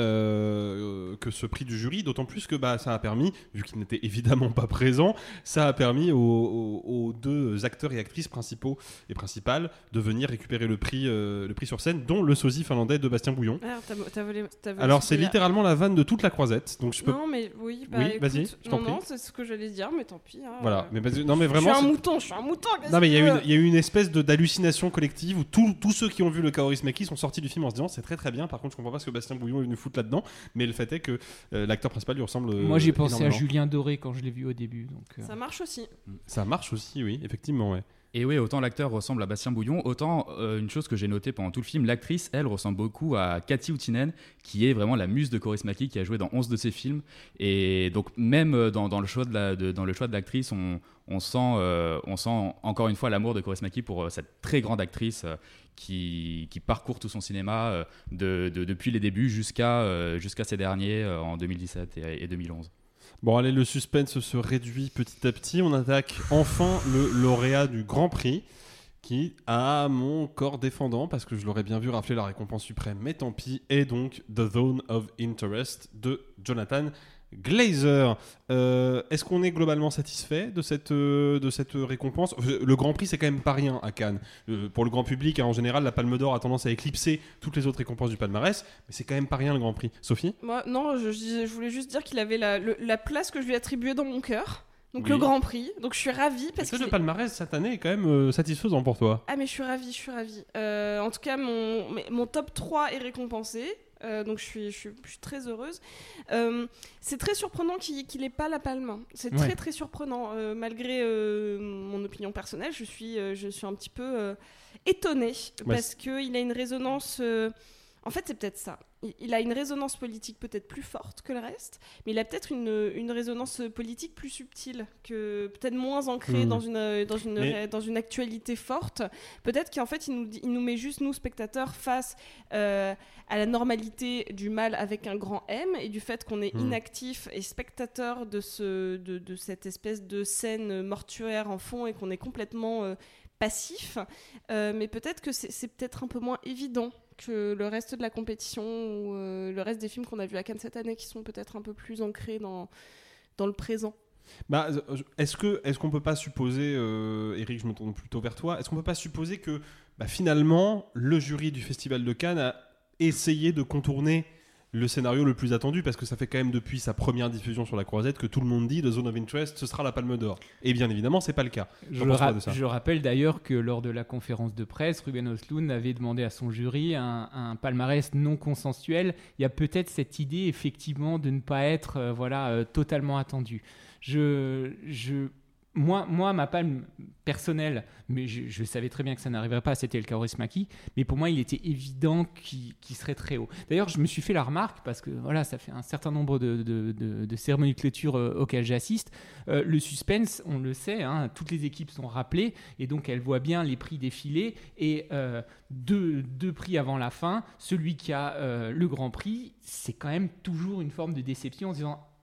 euh, que ce prix du jury, d'autant plus que bah, ça a permis, vu qu'il n'était évidemment pas présent, ça a permis aux, aux, aux deux acteurs et actrices principaux et principales de venir récupérer le prix, euh, le prix sur scène, dont le sosie finlandais de Bastien Bouillon. Alors, t'as, t'as volé, t'as volé Alors c'est littéralement la vanne de toute la croisette. Donc je peux... Non mais oui, bah, oui écoute, vas-y, je t'en non, prie. Non, c'est ce que j'allais dire, mais tant pis. Hein, voilà, euh... mais, parce... non, mais vraiment, je suis un c'est... mouton, je suis un mouton. Non mais il y, y a eu une espèce de, d'hallucination collective où tous ceux qui ont vu le Kaurismäki sont sortis du film en se disant c'est très très bien. Par contre, je comprends pas ce que Bastien Bouillon est venu foutre là-dedans, mais le fait est que euh, l'acteur principal lui ressemble. Euh, Moi, j'ai pensé énormément. à Julien Doré quand je l'ai vu au début. Donc, euh... ça marche aussi. Ça marche aussi, oui, effectivement, ouais. Et oui, autant l'acteur ressemble à Bastien Bouillon, autant euh, une chose que j'ai notée pendant tout le film, l'actrice, elle, ressemble beaucoup à Kati Uotinen, qui est vraiment la muse de Kaurismäki, qui a joué dans onze de ses films. Et donc, même dans, dans, le, choix de la, de, dans le choix de l'actrice, on, on, sent, euh, on sent encore une fois l'amour de Kaurismäki pour euh, cette très grande actrice euh, qui, qui parcourt tout son cinéma euh, de, de, depuis les débuts jusqu'à, euh, jusqu'à ces derniers euh, en deux mille dix-sept et, et deux mille onze. Bon, allez, le suspense se réduit petit à petit. On attaque enfin le lauréat du Grand Prix, qui a mon corps défendant, parce que je l'aurais bien vu rafler la récompense suprême, mais tant pis, est donc The Zone of Interest de Jonathan Glazer. Euh, est-ce qu'on est globalement satisfait de cette, euh, de cette récompense ? Le Grand Prix, c'est quand même pas rien à Cannes. Euh, pour le grand public, hein, en général, la Palme d'Or a tendance à éclipser toutes les autres récompenses du palmarès, mais c'est quand même pas rien le Grand Prix. Sophie ? Moi, non, je, je, je voulais juste dire qu'il avait la, le, la place que je lui attribuais dans mon cœur. Donc oui. Le Grand Prix. Donc je suis ravie parce que que le palmarès cette année est quand même euh, satisfaisant pour toi. Ah mais je suis ravie, je suis ravie. Euh, en tout cas, mon, mon top trois est récompensé. Euh, donc je suis, je, suis, je suis très heureuse. Euh, c'est très surprenant qu'il n'ait ait pas la palme. C'est ouais. très très surprenant. Euh, malgré euh, mon opinion personnelle, je suis, euh, je suis un petit peu euh, étonnée ouais. parce qu'il a une résonance... Euh, en fait, c'est peut-être ça. Il, il a une résonance politique peut-être plus forte que le reste, mais il a peut-être une, une résonance politique plus subtile, que peut-être moins ancrée mmh. dans, une, dans, une, mais... dans une actualité forte. Peut-être qu'en fait, il nous, il nous met juste, nous, spectateurs, face euh, à la normalité du mal avec un grand M, et du fait qu'on est mmh. inactif et spectateur de, ce, de, de cette espèce de scène mortuaire en fond, et qu'on est complètement euh, passif. Euh, mais peut-être que c'est, c'est peut-être un peu moins évident que le reste de la compétition ou euh, le reste des films qu'on a vus à Cannes cette année, qui sont peut-être un peu plus ancrés dans, dans le présent. Bah, est-ce, que, est-ce qu'on peut pas supposer, euh, Eric, je me tourne plutôt vers toi, est-ce qu'on peut pas supposer que bah, finalement le jury du Festival de Cannes a essayé de contourner le scénario le plus attendu, parce que ça fait quand même depuis sa première diffusion sur la Croisette que tout le monde dit The Zone of Interest, ce sera la Palme d'Or. Et bien évidemment, c'est pas le cas. Je, ra- de ça je rappelle d'ailleurs que lors de la conférence de presse, Ruben Östlund avait demandé à son jury un, un palmarès non consensuel. Il y a peut-être cette idée effectivement de ne pas être euh, voilà, euh, totalement attendu. Je... je... Moi, moi, ma palme personnelle, mais je, je savais très bien que ça n'arriverait pas, c'était le Kaurismäki, mais pour moi, il était évident qu'il, qu'il serait très haut. D'ailleurs, je me suis fait la remarque, parce que voilà, ça fait un certain nombre de, de, de, de cérémonies de clôture euh, auxquelles j'assiste. Euh, le suspense, on le sait, hein, toutes les équipes sont rappelées, et donc elles voient bien les prix défiler, et euh, deux, deux prix avant la fin, celui qui a euh, le Grand Prix, c'est quand même toujours une forme de déception en se disant...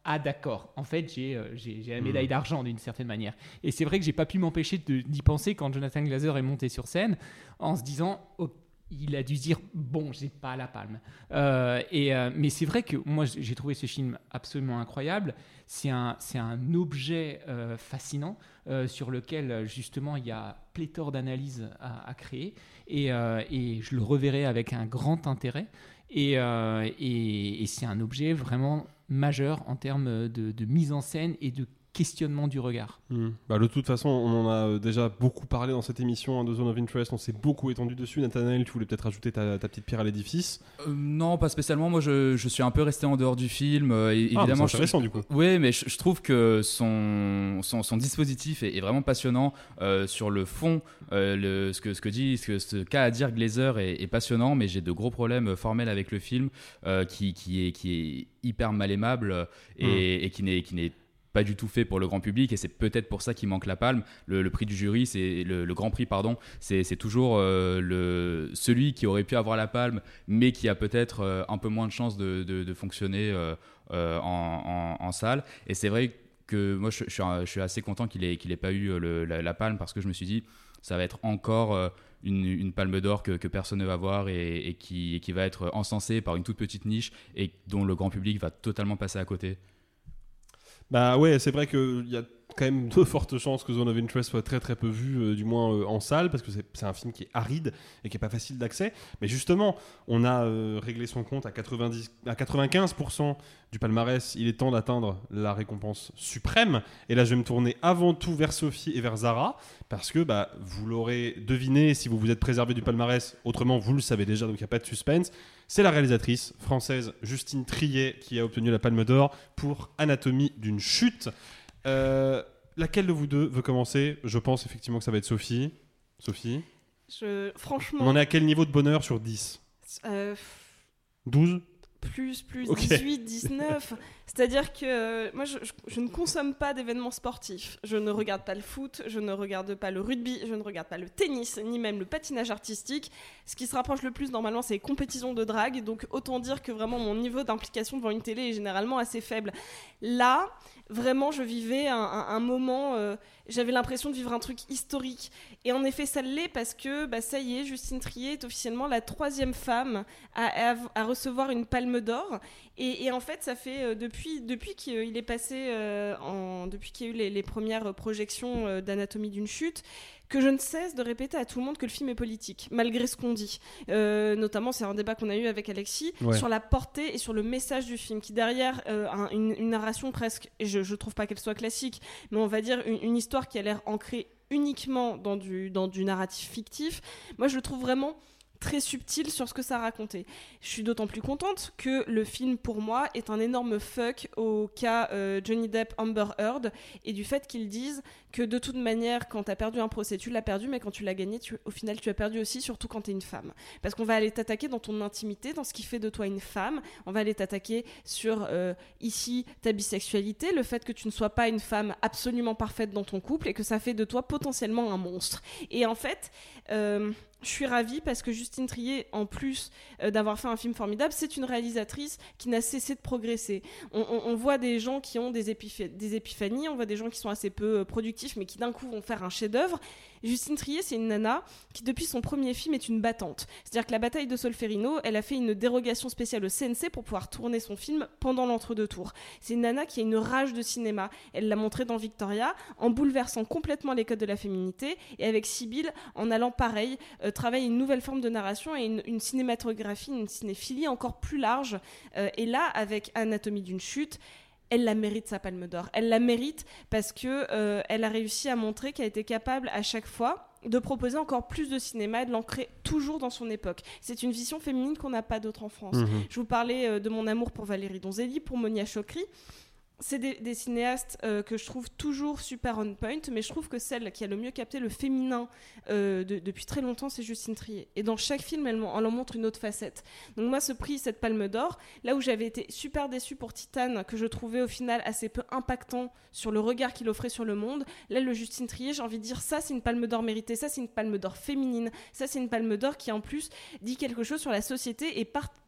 ah d'accord, en fait j'ai, euh, j'ai, j'ai la médaille d'argent d'une certaine manière. Et c'est vrai que j'ai pas pu m'empêcher de, d'y penser quand Jonathan Glazer est monté sur scène en se disant oh, il a dû se dire bon, j'ai pas la palme. Euh, et, euh, mais c'est vrai que moi j'ai trouvé ce film absolument incroyable. C'est un, c'est un objet euh, fascinant euh, sur lequel justement il y a pléthore d'analyses à, à créer. Et, euh, et je le reverrai avec un grand intérêt. Et, euh, et, et c'est un objet vraiment majeur en termes de, de mise en scène et de questionnement du regard. Mmh. Bah, de toute façon, on en a déjà beaucoup parlé dans cette émission hein, de Zone of Interest, on s'est beaucoup étendu dessus. Nathanaël, tu voulais peut-être rajouter ta, ta petite pierre à l'édifice euh, Non, pas spécialement. Moi, je, je suis un peu resté en dehors du film. Euh, évidemment, ah, c'est intéressant je, du coup. Oui, mais je, je trouve que son, son, son dispositif est, est vraiment passionnant. Euh, sur le fond, euh, le, ce, que, ce que dit, ce, que, ce qu'a à dire Glazer est, est passionnant, mais j'ai de gros problèmes formels avec le film euh, qui, qui, est, qui est hyper mal aimable et, mmh. et qui n'est, qui n'est pas du tout fait pour le grand public, et c'est peut-être pour ça qu'il manque la palme. Le, le prix du jury, c'est le, le grand prix, pardon, c'est, c'est toujours euh, le, celui qui aurait pu avoir la palme, mais qui a peut-être euh, un peu moins de chances de, de, de fonctionner euh, euh, en, en, en salle. Et c'est vrai que moi, je, je, suis, je suis assez content qu'il ait, qu'il ait pas eu le, la, la palme, parce que je me suis dit, ça va être encore euh, une, une palme d'or que, que personne ne va voir et, et, qui, et qui va être encensée par une toute petite niche et dont le grand public va totalement passer à côté. Bah ouais, c'est vrai qu'il y a quand même de fortes chances que Zone of Interest soit très très peu vu, euh, du moins euh, en salle, parce que c'est, c'est un film qui est aride et qui n'est pas facile d'accès. Mais justement, on a euh, réglé son compte à, quatre-vingt-dix, à quatre-vingt-quinze pour cent du palmarès. Il est temps d'atteindre la récompense suprême. Et là, je vais me tourner avant tout vers Sophie et vers Zara, parce que bah, vous l'aurez deviné si vous vous êtes préservé du palmarès. Autrement, vous le savez déjà, donc il n'y a pas de suspense. C'est la réalisatrice française Justine Triet qui a obtenu la Palme d'Or pour Anatomie d'une chute. Euh, laquelle de vous deux veut commencer ? Je pense effectivement que ça va être Sophie. Sophie ? Je, franchement... On en est à quel niveau de bonheur sur dix ? euh... douze ? Plus, plus, okay. dix-huit, dix-neuf. C'est-à-dire que euh, moi, je, je, je ne consomme pas d'événements sportifs. Je ne regarde pas le foot, je ne regarde pas le rugby, je ne regarde pas le tennis, ni même le patinage artistique. Ce qui se rapproche le plus, normalement, c'est les compétitions de drague. Donc, autant dire que vraiment, mon niveau d'implication devant une télé est généralement assez faible. Là, vraiment, je vivais un, un, un moment... Euh, j'avais l'impression de vivre un truc historique. Et en effet, ça l'est parce que, bah, ça y est, Justine Triet est officiellement la troisième femme à, à, à recevoir une Palme d'Or. Et, et en fait, ça fait euh, depuis, depuis qu'il est passé, euh, en, depuis qu'il y a eu les, les premières projections euh, d'Anatomie d'une chute, que je ne cesse de répéter à tout le monde que le film est politique, malgré ce qu'on dit. Euh, notamment, c'est un débat qu'on a eu avec Alexis, ouais. sur la portée et sur le message du film, qui derrière euh, un, une, une narration presque, et je ne trouve pas qu'elle soit classique, mais on va dire une, une histoire qui a l'air ancrée uniquement dans du, dans du narratif fictif, moi je le trouve vraiment très subtil sur ce que ça racontait. Je suis d'autant plus contente que le film, pour moi, est un énorme fuck au cas euh, Johnny Depp Amber Heard, et du fait qu'ils disent que de toute manière, quand t'as perdu un procès, tu l'as perdu, mais quand tu l'as gagné, tu, au final, tu as perdu aussi, surtout quand t'es une femme. Parce qu'on va aller t'attaquer dans ton intimité, dans ce qui fait de toi une femme. On va aller t'attaquer sur, euh, ici, ta bisexualité, le fait que tu ne sois pas une femme absolument parfaite dans ton couple, et que ça fait de toi potentiellement un monstre. Et en fait... Euh, je suis ravie parce que Justine Triet, en plus euh, d'avoir fait un film formidable, c'est une réalisatrice qui n'a cessé de progresser. On, on, on voit des gens qui ont des, épiph- des épiphanies, on voit des gens qui sont assez peu euh, productifs, mais qui d'un coup vont faire un chef-d'œuvre. Justine Triet, c'est une nana qui, depuis son premier film, est une battante. C'est-à-dire que la bataille de Solferino, elle a fait une dérogation spéciale au C N C pour pouvoir tourner son film pendant l'entre-deux tours. C'est une nana qui a une rage de cinéma. Elle l'a montré dans Victoria, en bouleversant complètement les codes de la féminité, et avec Sibylle, en allant pareil, euh, travailler une nouvelle forme de narration et une, une cinématographie, une cinéphilie encore plus large. Euh, et là, avec Anatomie d'une chute, elle la mérite, sa Palme d'Or. Elle la mérite parce que euh, elle a réussi à montrer qu'elle était capable à chaque fois de proposer encore plus de cinéma et de l'ancrer toujours dans son époque. C'est une vision féminine qu'on n'a pas d'autre en France. Mmh. Je vous parlais euh, de mon amour pour Valérie Donzelli, pour Monia Chokri. C'est des, des cinéastes euh, que je trouve toujours super on point, mais je trouve que celle qui a le mieux capté le féminin euh, de, depuis très longtemps, c'est Justine Triet. Et dans chaque film, elle, elle en montre une autre facette. Donc moi, ce prix, cette Palme d'Or, là où j'avais été super déçue pour Titane, que je trouvais au final assez peu impactant sur le regard qu'il offrait sur le monde, là, le Justine Triet, j'ai envie de dire, ça, c'est une Palme d'Or méritée, ça, c'est une Palme d'Or féminine, ça, c'est une Palme d'Or qui, en plus, dit quelque chose sur la société et part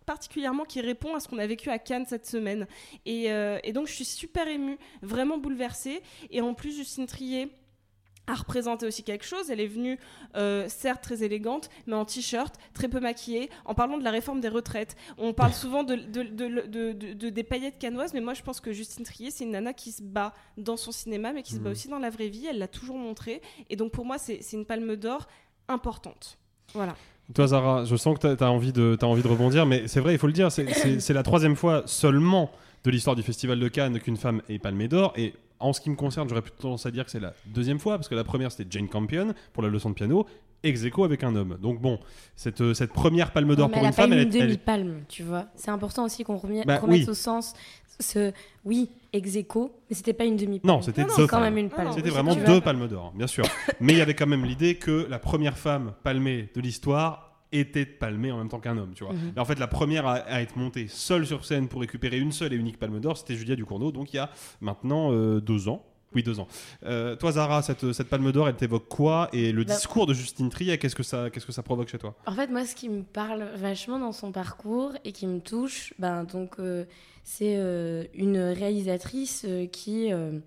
particulièrement qui répond à ce qu'on a vécu à Cannes cette semaine. Et, euh, et donc je suis super émue, vraiment bouleversée. Et en plus, Justine Triet a représenté aussi quelque chose. Elle est venue, euh, certes très élégante, mais en t-shirt, très peu maquillée, en parlant de la réforme des retraites. On parle souvent de, de, de, de, de, de, de des paillettes cannoises, mais moi je pense que Justine Triet, c'est une nana qui se bat dans son cinéma, mais qui mmh. se bat aussi dans la vraie vie. Elle l'a toujours montré. Et donc pour moi, c'est, c'est une palme d'or importante. Voilà. Toi, Zara, je sens que tu as envie, envie de rebondir, mais c'est vrai, il faut le dire, c'est, c'est, c'est la troisième fois seulement de l'histoire du Festival de Cannes qu'une femme est palmée d'or. Et en ce qui me concerne, j'aurais plutôt tendance à dire que c'est la deuxième fois, parce que la première, c'était Jane Campion pour la leçon de piano, ex aequo avec un homme. Donc bon, cette, cette première palme d'or pour une une femme... Elle a pas une elle, demi-palme, elle... tu vois. C'est important aussi qu'on remette, bah, remette oui. au sens... Ce, oui, ex aequo, mais c'était pas une demi-palme. Non, c'était non, deux non, quand palmes. même une palme. C'était vraiment deux palmes d'or, bien sûr. Mais il y avait quand même l'idée que la première femme palmée de l'histoire était palmée en même temps qu'un homme, tu vois. Mm-hmm. Et en fait, la première à, à être montée seule sur scène pour récupérer une seule et unique palme d'or, c'était Julia Ducournau, donc il y a maintenant euh, deux ans. Oui, deux ans. Euh, toi, Zara, cette, cette palme d'or, elle t'évoque quoi ? Et le bah, discours de Justine Triet, qu'est-ce que ça, qu'est-ce que ça provoque chez toi ? En fait, moi, ce qui me parle vachement dans son parcours et qui me touche, ben, donc, euh, c'est euh, une réalisatrice euh, qui... Euh,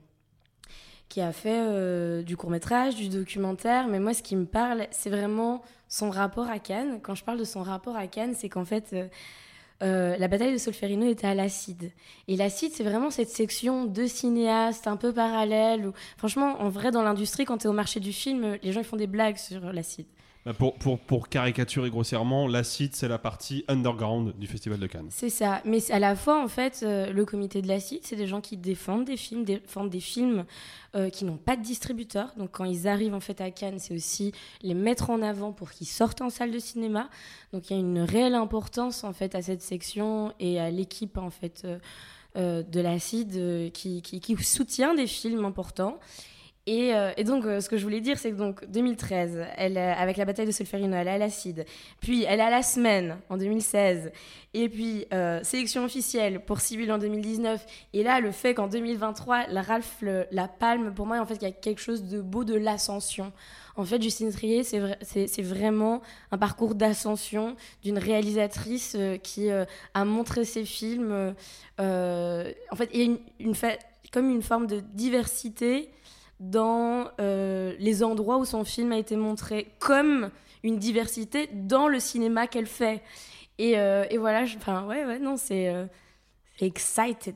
qui a fait euh, du court-métrage, du documentaire, mais moi, ce qui me parle, c'est vraiment son rapport à Cannes. Quand je parle de son rapport à Cannes, c'est qu'en fait, euh, euh, la bataille de Solferino était à l'Acide. Et l'Acide, c'est vraiment cette section de cinéastes un peu parallèle. Où, franchement, en vrai, dans l'industrie, quand tu es au marché du film, les gens ils font des blagues sur l'Acide. Pour, pour, pour caricaturer grossièrement, l'Acide, c'est la partie underground du Festival de Cannes. C'est ça. Mais à la fois, en fait, euh, le comité de l'Acide, c'est des gens qui défendent des films, défendent des films euh, qui n'ont pas de distributeur. Donc, quand ils arrivent en fait à Cannes, c'est aussi les mettre en avant pour qu'ils sortent en salle de cinéma. Donc, il y a une réelle importance en fait à cette section et à l'équipe en fait euh, euh, de l'Acide euh, qui, qui, qui soutient des films importants. Et, euh, et donc, euh, ce que je voulais dire, c'est que donc, deux mille treize, elle, euh, avec la bataille de Solferino, elle est à l'Acide. Puis, elle est à La Semaine en deux mille seize. Et puis, euh, sélection officielle pour Sibylle en deux mille dix-neuf. Et là, le fait qu'en deux mille vingt-trois, la Ralph le, la palme, pour moi, en fait, il y a quelque chose de beau de l'ascension. En fait, Justine Triet, c'est, vra- c'est, c'est vraiment un parcours d'ascension d'une réalisatrice euh, qui euh, a montré ses films. Euh, en fait, il y a une, une fa- comme une forme de diversité dans euh, les endroits où son film a été montré, comme une diversité dans le cinéma qu'elle fait. Et, euh, et voilà, enfin, ouais, ouais, non, c'est euh, excited.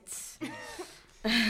Nathanaël ?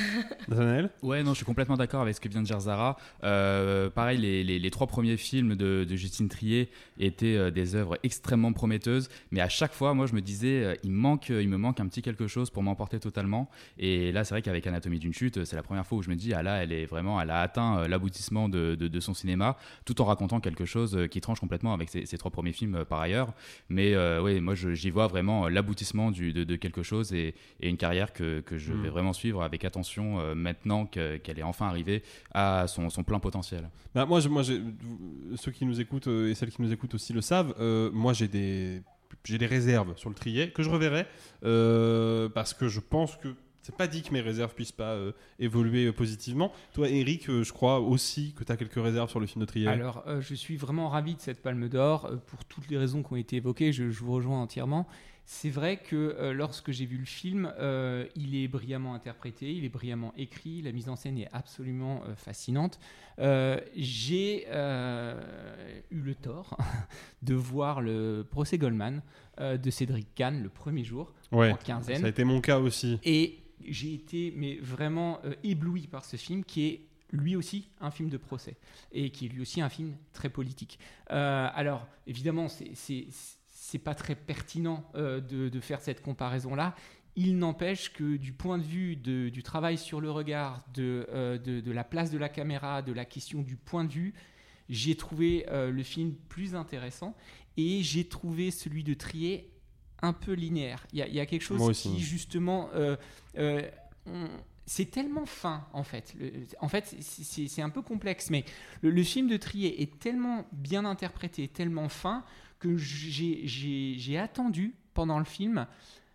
Ouais, non, je suis complètement d'accord avec ce que vient de dire Zara. Euh, pareil, les, les, les trois premiers films de, de Justine Triet étaient euh, des œuvres extrêmement prometteuses, mais à chaque fois, moi, je me disais, euh, il, manque, il me manque un petit quelque chose pour m'emporter totalement. Et là, c'est vrai qu'avec Anatomie d'une chute, c'est la première fois où je me dis, ah là, elle est vraiment, elle a atteint euh, l'aboutissement de, de, de son cinéma, tout en racontant quelque chose euh, qui tranche complètement avec ses, ses trois premiers films euh, par ailleurs. Mais euh, oui, moi, je, j'y vois vraiment l'aboutissement du, de, de quelque chose et, et une carrière que, que je vais mmh. vraiment suivre avec attention euh, maintenant que, qu'elle est enfin arrivée à son, son plein potentiel. Bah, moi, je, moi j'ai, ceux qui nous écoutent euh, et celles qui nous écoutent aussi le savent, euh, moi j'ai des, j'ai des réserves sur le Triet que je reverrai euh, parce que je pense que c'est pas dit que mes réserves puissent pas euh, évoluer euh, positivement. Toi, Eric, euh, je crois aussi que tu as quelques réserves sur le film de Triet. Alors, euh, je suis vraiment ravi de cette Palme d'Or euh, pour toutes les raisons qui ont été évoquées. Je, je vous rejoins entièrement. C'est vrai que euh, lorsque j'ai vu le film, euh, il est brillamment interprété, il est brillamment écrit, la mise en scène est absolument euh, fascinante. Euh, j'ai euh, eu le tort de voir le procès Goldman euh, de Cédric Kahn le premier jour, ouais, en quinzaine. Ça a été mon cas aussi. Et j'ai été mais vraiment euh, ébloui par ce film qui est lui aussi un film de procès et qui est lui aussi un film très politique. Euh, alors évidemment, c'est, c'est, c'est pas très pertinent euh, de, de faire cette comparaison-là. Il n'empêche que du point de vue de, du travail sur le regard, de, euh, de, de la place de la caméra, de la question du point de vue, j'ai trouvé euh, le film plus intéressant et j'ai trouvé celui de Triet un peu linéaire. Il y a, il y a quelque chose qui justement... Euh, euh, on, c'est tellement fin, en fait. Le, en fait, c'est, c'est, c'est un peu complexe, mais le, le film de Triet est tellement bien interprété, tellement fin, que j'ai, j'ai, j'ai attendu, pendant le film,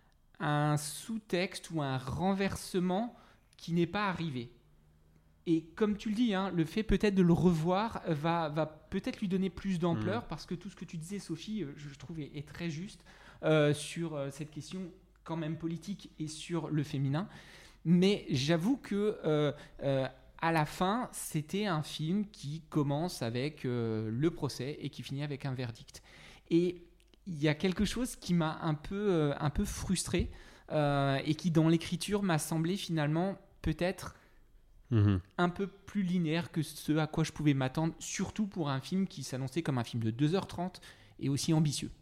un sous-texte ou un renversement qui n'est pas arrivé. Et comme tu le dis, hein, le fait peut-être de le revoir va, va peut-être lui donner plus d'ampleur, mmh. parce que tout ce que tu disais, Sophie, je trouve est, est très juste. euh, sur euh, cette question quand même politique et sur le féminin. Mais j'avoue que euh, euh, à la fin, c'était un film qui commence avec euh, le procès et qui finit avec un verdict. Et il y a quelque chose qui m'a un peu, euh, un peu frustré euh, et qui, dans l'écriture, m'a semblé finalement peut-être mmh. un peu plus linéaire que ce à quoi je pouvais m'attendre, surtout pour un film qui s'annonçait comme un film de deux heures trente et aussi ambitieux.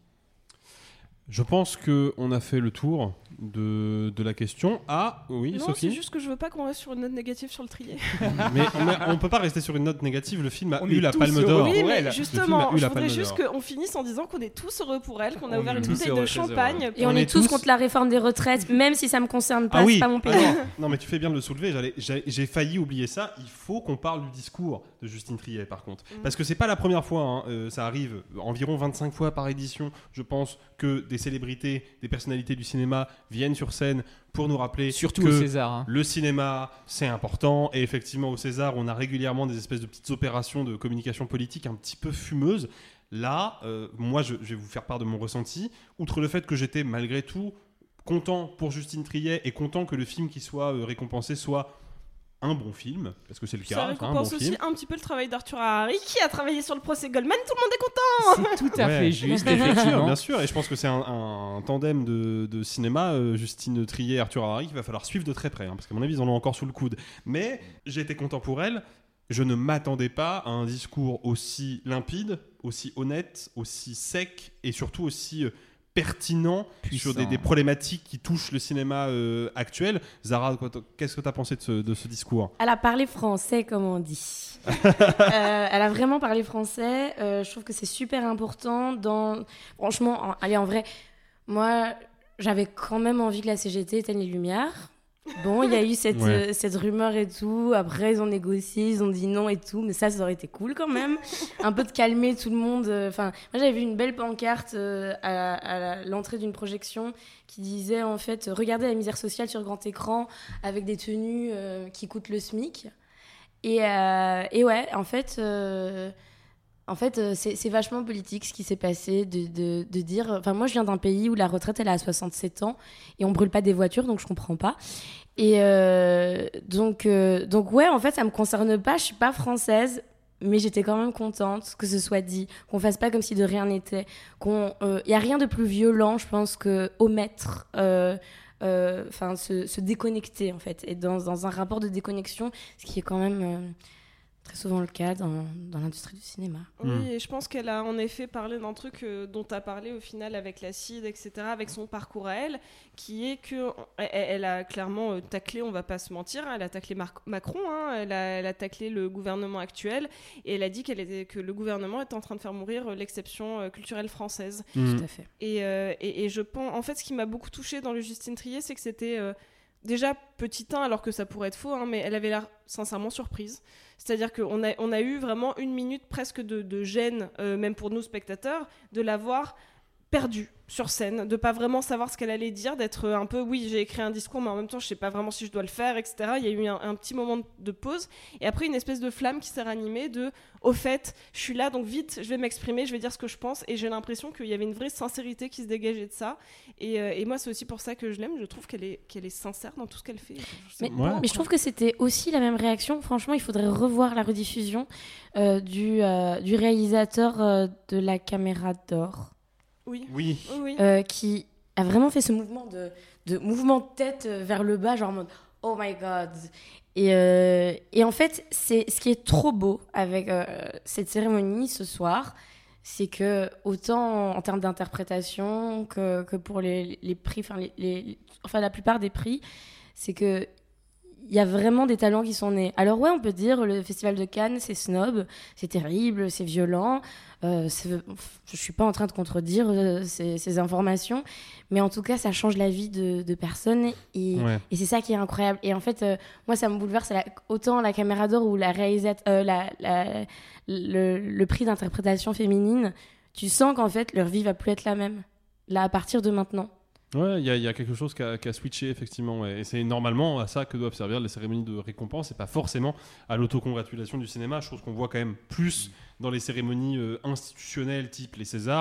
Je pense qu'on a fait le tour de, de la question. Ah, oui, non, Sophie. C'est juste que je veux pas qu'on reste sur une note négative sur le trier. mais, mais on peut pas rester sur une note négative. Le film a on eu la Palme d'Or. Oui, mais justement, je voudrais juste qu'on finisse en disant qu'on est tous heureux pour elle, qu'on a on ouvert une bouteille de champagne. Et on, on est, est tous contre la réforme des retraites, même si ça me concerne pas, ah oui. c'est pas mon pays. Ah non. non, mais tu fais bien de le soulever. J'allais, j'ai, j'ai failli oublier ça. Il faut qu'on parle du discours de Justine Triet, par contre. Mm. Parce que c'est pas la première fois. Hein. Euh, ça arrive environ vingt-cinq fois par édition, je pense, que des célébrités, des personnalités du cinéma viennent sur scène pour nous rappeler surtout que au César, hein. le cinéma c'est important, et effectivement au César on a régulièrement des espèces de petites opérations de communication politique un petit peu fumeuses. Là euh, moi je, je vais vous faire part de mon ressenti, outre le fait que j'étais malgré tout content pour Justine Triet et content que le film qui soit euh, récompensé soit un bon film, parce que c'est le cas. Ça récompense un bon aussi film. un petit peu le travail d'Arthur Harari qui a travaillé sur le procès Goldman, tout le monde est content. C'est tout à ouais. fait juste, bien effectivement. sûr, bien sûr, et je pense que c'est un, un tandem de, de cinéma, euh, Justine Triet et Arthur Harari, qu'il va falloir suivre de très près, hein, parce qu'à mon avis ils en ont encore sous le coude. Mais j'ai été content pour elle, je ne m'attendais pas à un discours aussi limpide, aussi honnête, aussi sec, et surtout aussi... Euh, pertinent Puissant. sur des, des problématiques qui touchent le cinéma euh, actuel. Zara, qu'est-ce que tu as pensé de ce, de ce discours ? Elle a parlé français, comme on dit. euh, elle a vraiment parlé français. Euh, je trouve que c'est super important. Dans... Franchement, en... allez, en vrai, moi, j'avais quand même envie que la C G T éteigne les lumières. Bon, il y a eu cette, ouais. euh, cette rumeur et tout. Après, ils ont négocié, ils ont dit non et tout. Mais ça, ça aurait été cool quand même. Un peu de calmer tout le monde. Enfin, moi, j'avais vu une belle pancarte euh, à, à la, l'entrée d'une projection qui disait, en fait, regardez la misère sociale sur grand écran avec des tenues euh, qui coûtent le SMIC. Et, euh, et ouais, en fait... Euh, En fait, euh, c'est, c'est vachement politique ce qui s'est passé, de, de, de dire... Enfin, moi, je viens d'un pays où la retraite, elle est à soixante-sept ans et on brûle pas des voitures, donc je comprends pas. Et euh, donc, euh, donc, ouais, en fait, ça me concerne pas. Je suis pas française, mais j'étais quand même contente que ce soit dit, qu'on fasse pas comme si de rien n'était. Qu'on, euh, y a rien de plus violent, je pense, que omettre... Euh, enfin, euh, se, se déconnecter, en fait. Et dans, dans un rapport de déconnexion, ce qui est quand même... Euh, très souvent le cas dans, dans l'industrie du cinéma. Oui, mmh. et je pense qu'elle a en effet parlé d'un truc euh, dont tu as parlé au final avec l'acide, et cetera, avec son parcours à elle, qui est qu'elle elle a clairement euh, taclé, on va pas se mentir, hein, elle a taclé Mar- Macron, hein, elle, a, elle a taclé le gouvernement actuel, et elle a dit qu'elle était, que le gouvernement était en train de faire mourir l'exception euh, culturelle française. Mmh. Tout à fait. Et, euh, et, et je pense, en fait, ce qui m'a beaucoup touchée dans le Justine Triet, c'est que c'était... Euh, déjà petit un, alors que ça pourrait être faux, hein, mais elle avait l'air sincèrement surprise. C'est-à-dire qu'on a, on a eu vraiment une minute presque de, de gêne, euh, même pour nous spectateurs, de la voir perdue sur scène, de pas vraiment savoir ce qu'elle allait dire, d'être un peu, oui, j'ai écrit un discours, mais en même temps, je sais pas vraiment si je dois le faire, et cetera. Il y a eu un, un petit moment de pause, et après une espèce de flamme qui s'est ranimée de, au fait, je suis là, donc vite, je vais m'exprimer, je vais dire ce que je pense, et j'ai l'impression qu'il y avait une vraie sincérité qui se dégageait de ça, et, euh, et moi, c'est aussi pour ça que je l'aime, je trouve qu'elle est, qu'elle est sincère dans tout ce qu'elle fait. Je mais, ouais. mais je trouve que c'était aussi la même réaction, franchement, il faudrait revoir la rediffusion euh, du, euh, du réalisateur euh, de La Caméra d'Or. Oui. Oui. oui. Euh, qui a vraiment fait ce mouvement de, de mouvement de tête vers le bas, genre en mode oh my god. Et, euh, et en fait, c'est ce qui est trop beau avec euh, cette cérémonie ce soir, c'est que autant en termes d'interprétation que, que pour les, les prix, enfin, les, les, enfin la plupart des prix, c'est que il y a vraiment des talents qui sont nés. Alors ouais, on peut dire le Festival de Cannes, c'est snob, c'est terrible, c'est violent. Euh, c'est... Je suis pas en train de contredire euh, ces, ces informations, mais en tout cas, ça change la vie de, de personnes et, ouais. et c'est ça qui est incroyable. Et en fait, euh, moi, ça me bouleverse la... autant la Caméra d'Or ou la réalisate... euh, la, la, le, le prix d'interprétation féminine. Tu sens qu'en fait, leur vie va plus être la même là à partir de maintenant. Ouais, il y, y a quelque chose qui a, qui a switché, effectivement. Ouais. Et c'est normalement à ça que doivent servir les cérémonies de récompense et pas forcément à l'autocongratulation du cinéma. Je trouve qu'on voit quand même plus dans les cérémonies euh, institutionnelles, type les Césars,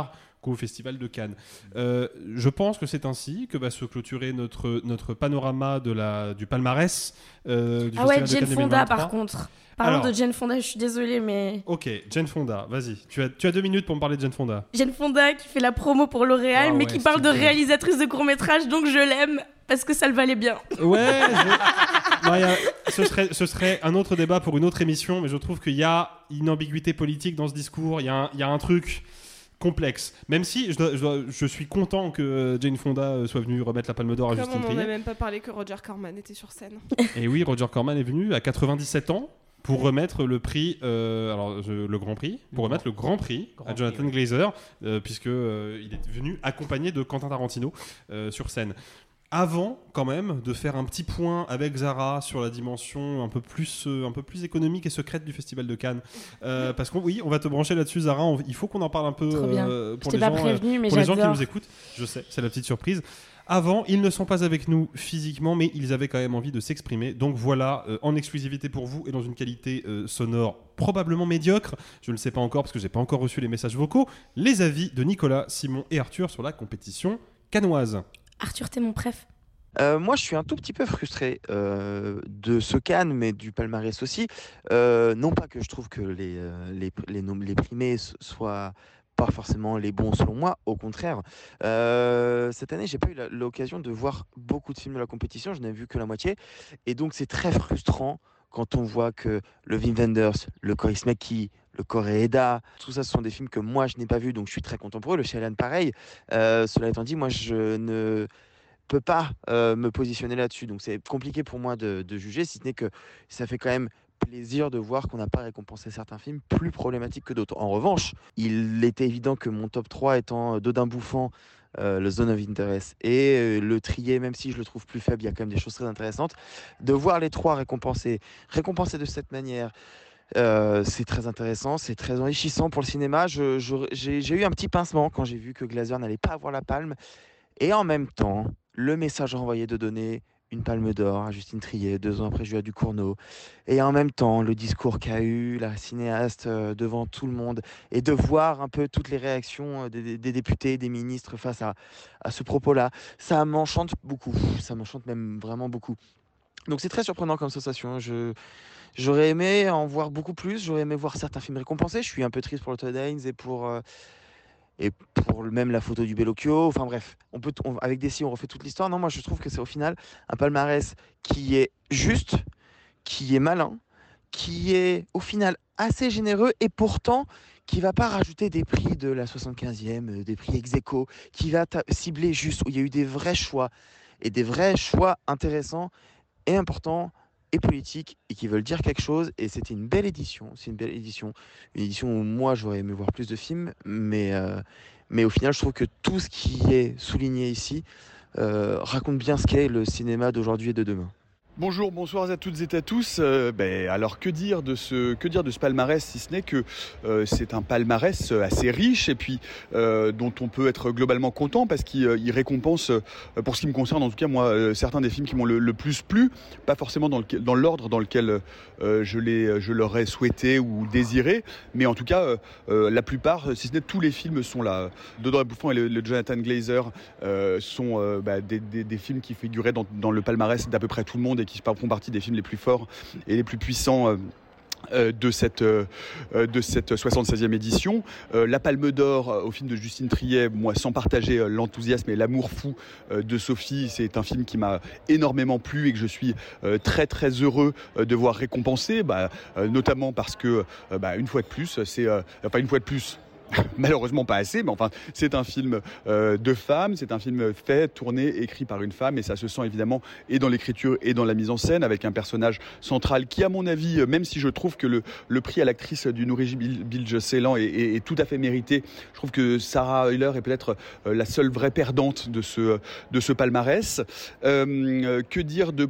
qu'au Festival de Cannes. Euh, je pense que c'est ainsi que va se clôturer notre, notre panorama de la, du palmarès euh, du ah Festival ouais, de Jane Cannes Fonda deux mille vingt-trois. par contre. Parlons Alors, de Jane Fonda, je suis désolée, mais... Ok, Jane Fonda, vas-y. Tu as, tu as deux minutes pour me parler de Jane Fonda. Jane Fonda qui fait la promo pour L'Oréal, Ah mais ouais, qui parle de stupide. réalisatrice de court-métrage, donc je l'aime, parce que ça le valait bien. Ouais, je... non, y a... ce, serait, ce serait un autre débat pour une autre émission, mais je trouve qu'il y a une ambiguïté politique dans ce discours, il y, y a un truc complexe. Même si je, dois, je, dois, je suis content que Jane Fonda soit venue remettre la Palme d'Or à Comme Justine on n'en Triet. a même pas parlé que Roger Corman était sur scène. Et oui, Roger Corman est venu à quatre-vingt-dix-sept ans pour remettre le prix, euh, alors je, le Grand Prix, pour remettre le Grand Prix Grand à Jonathan Prix, ouais. Glazer, euh, puisque euh, il est venu accompagné de Quentin Tarantino euh, sur scène. Avant, quand même, de faire un petit point avec Zara sur la dimension un peu plus, euh, un peu plus économique et secrète du Festival de Cannes. Euh, parce qu'on, oui, on va te brancher là-dessus, Zara. On, il faut qu'on en parle un peu Trop bien. euh, pour, Je les t'ai gens, pas prévenu, mais pour les gens qui j'adore. nous écoutent. Je sais, c'est la petite surprise. Avant, ils ne sont pas avec nous physiquement, mais ils avaient quand même envie de s'exprimer. Donc voilà, euh, en exclusivité pour vous et dans une qualité euh, sonore probablement médiocre, je ne le sais pas encore parce que j'ai pas encore reçu les messages vocaux, les avis de Nicolas, Simon et Arthur sur la compétition cannoise. Arthur, t'es mon préf. Euh, moi, je suis un tout petit peu frustré euh, de ce Cannes, mais du palmarès aussi. Euh, non pas que je trouve que les, euh, les, les, nom- les primés so- soient pas forcément les bons selon moi, au contraire. Euh, cette année, j'ai pas eu la- l'occasion de voir beaucoup de films de la compétition, je n'ai vu que la moitié, et donc c'est très frustrant quand on voit que le Wim Wenders, le Coris Maki, le Koreeda, tout ça, ce sont des films que moi je n'ai pas vus, donc je suis très content pour eux. Le Shyamalan, pareil. Euh, cela étant dit, moi je ne peux pas euh, me positionner là-dessus, donc c'est compliqué pour moi de, de juger, si ce n'est que ça fait quand même plaisir de voir qu'on n'a pas récompensé certains films plus problématiques que d'autres. En revanche, il était évident que mon top trois étant Dodin Bouffant, euh, le Zone of Interest et euh, le Trier, même si je le trouve plus faible, il y a quand même des choses très intéressantes. De voir les trois récompensés, récompensés de cette manière, euh, c'est très intéressant, c'est très enrichissant pour le cinéma. Je, je, j'ai, j'ai eu un petit pincement quand j'ai vu que Glazer n'allait pas avoir la palme, et en même temps, le message renvoyé de donner une palme d'or à Justine Triet, deux ans après Julia Ducournau, et en même temps, le discours qu'a eu la cinéaste euh, devant tout le monde, et de voir un peu toutes les réactions euh, des, des députés, des ministres face à, à ce propos-là, ça m'enchante beaucoup, ça m'enchante même vraiment beaucoup. Donc c'est très surprenant comme sensation. Je, j'aurais aimé en voir beaucoup plus, j'aurais aimé voir certains films récompensés, je suis un peu triste pour le Todd Haynes et pour... Euh, et pour le- même la photo du Bellocchio, enfin bref, on peut, t- on- avec Dessy on refait toute l'histoire. Non, moi je trouve que c'est au final un palmarès qui est juste, qui est malin, qui est au final assez généreux et pourtant qui va pas rajouter des prix de la soixante-quinzième, euh, des prix ex aequo, qui va ta- cibler juste, où il y a eu des vrais choix et des vrais choix intéressants et importants et politiques et qui veulent dire quelque chose. Et c'était une belle édition, c'est une belle édition, une édition où moi j'aurais aimé voir plus de films, mais, euh, mais au final je trouve que tout ce qui est souligné ici euh, raconte bien ce qu'est le cinéma d'aujourd'hui et de demain. Bonjour, bonsoir à toutes et à tous. Euh, ben, alors que dire de ce que dire de ce palmarès, si ce n'est que euh, c'est un palmarès assez riche et puis euh, dont on peut être globalement content parce qu'il euh, il récompense, euh, pour ce qui me concerne en tout cas moi, euh, certains des films qui m'ont le, le plus plu, pas forcément dans, le, dans l'ordre dans lequel euh, je les je l'aurais souhaité ou désiré, mais en tout cas euh, euh, la plupart, si ce n'est tous les films sont là. Dodin Bouffant et le, le Jonathan Glazer euh, sont euh, bah, des, des, des films qui figuraient dans, dans le palmarès d'à peu près tout le monde et qui font partie des films les plus forts et les plus puissants euh, euh, de cette, euh, de cette soixante-seizième édition. Euh, la Palme d'Or euh, au film de Justine Triet, moi sans partager euh, l'enthousiasme et l'amour fou euh, de Sophie, c'est un film qui m'a énormément plu et que je suis euh, très très heureux euh, de voir récompensé, bah, euh, notamment parce que euh, bah, une fois de plus, c'est euh, enfin une fois de plus malheureusement pas assez, mais enfin c'est un film euh, de femme, c'est un film fait, tourné, écrit par une femme et ça se sent évidemment et dans l'écriture et dans la mise en scène avec un personnage central qui à mon avis, même si je trouve que le, le prix à l'actrice du Nouriji Bilge Ceylan est, est, est tout à fait mérité, je trouve que Sarah Euler est peut-être euh, la seule vraie perdante de ce, de ce palmarès. Euh, que dire de plus ?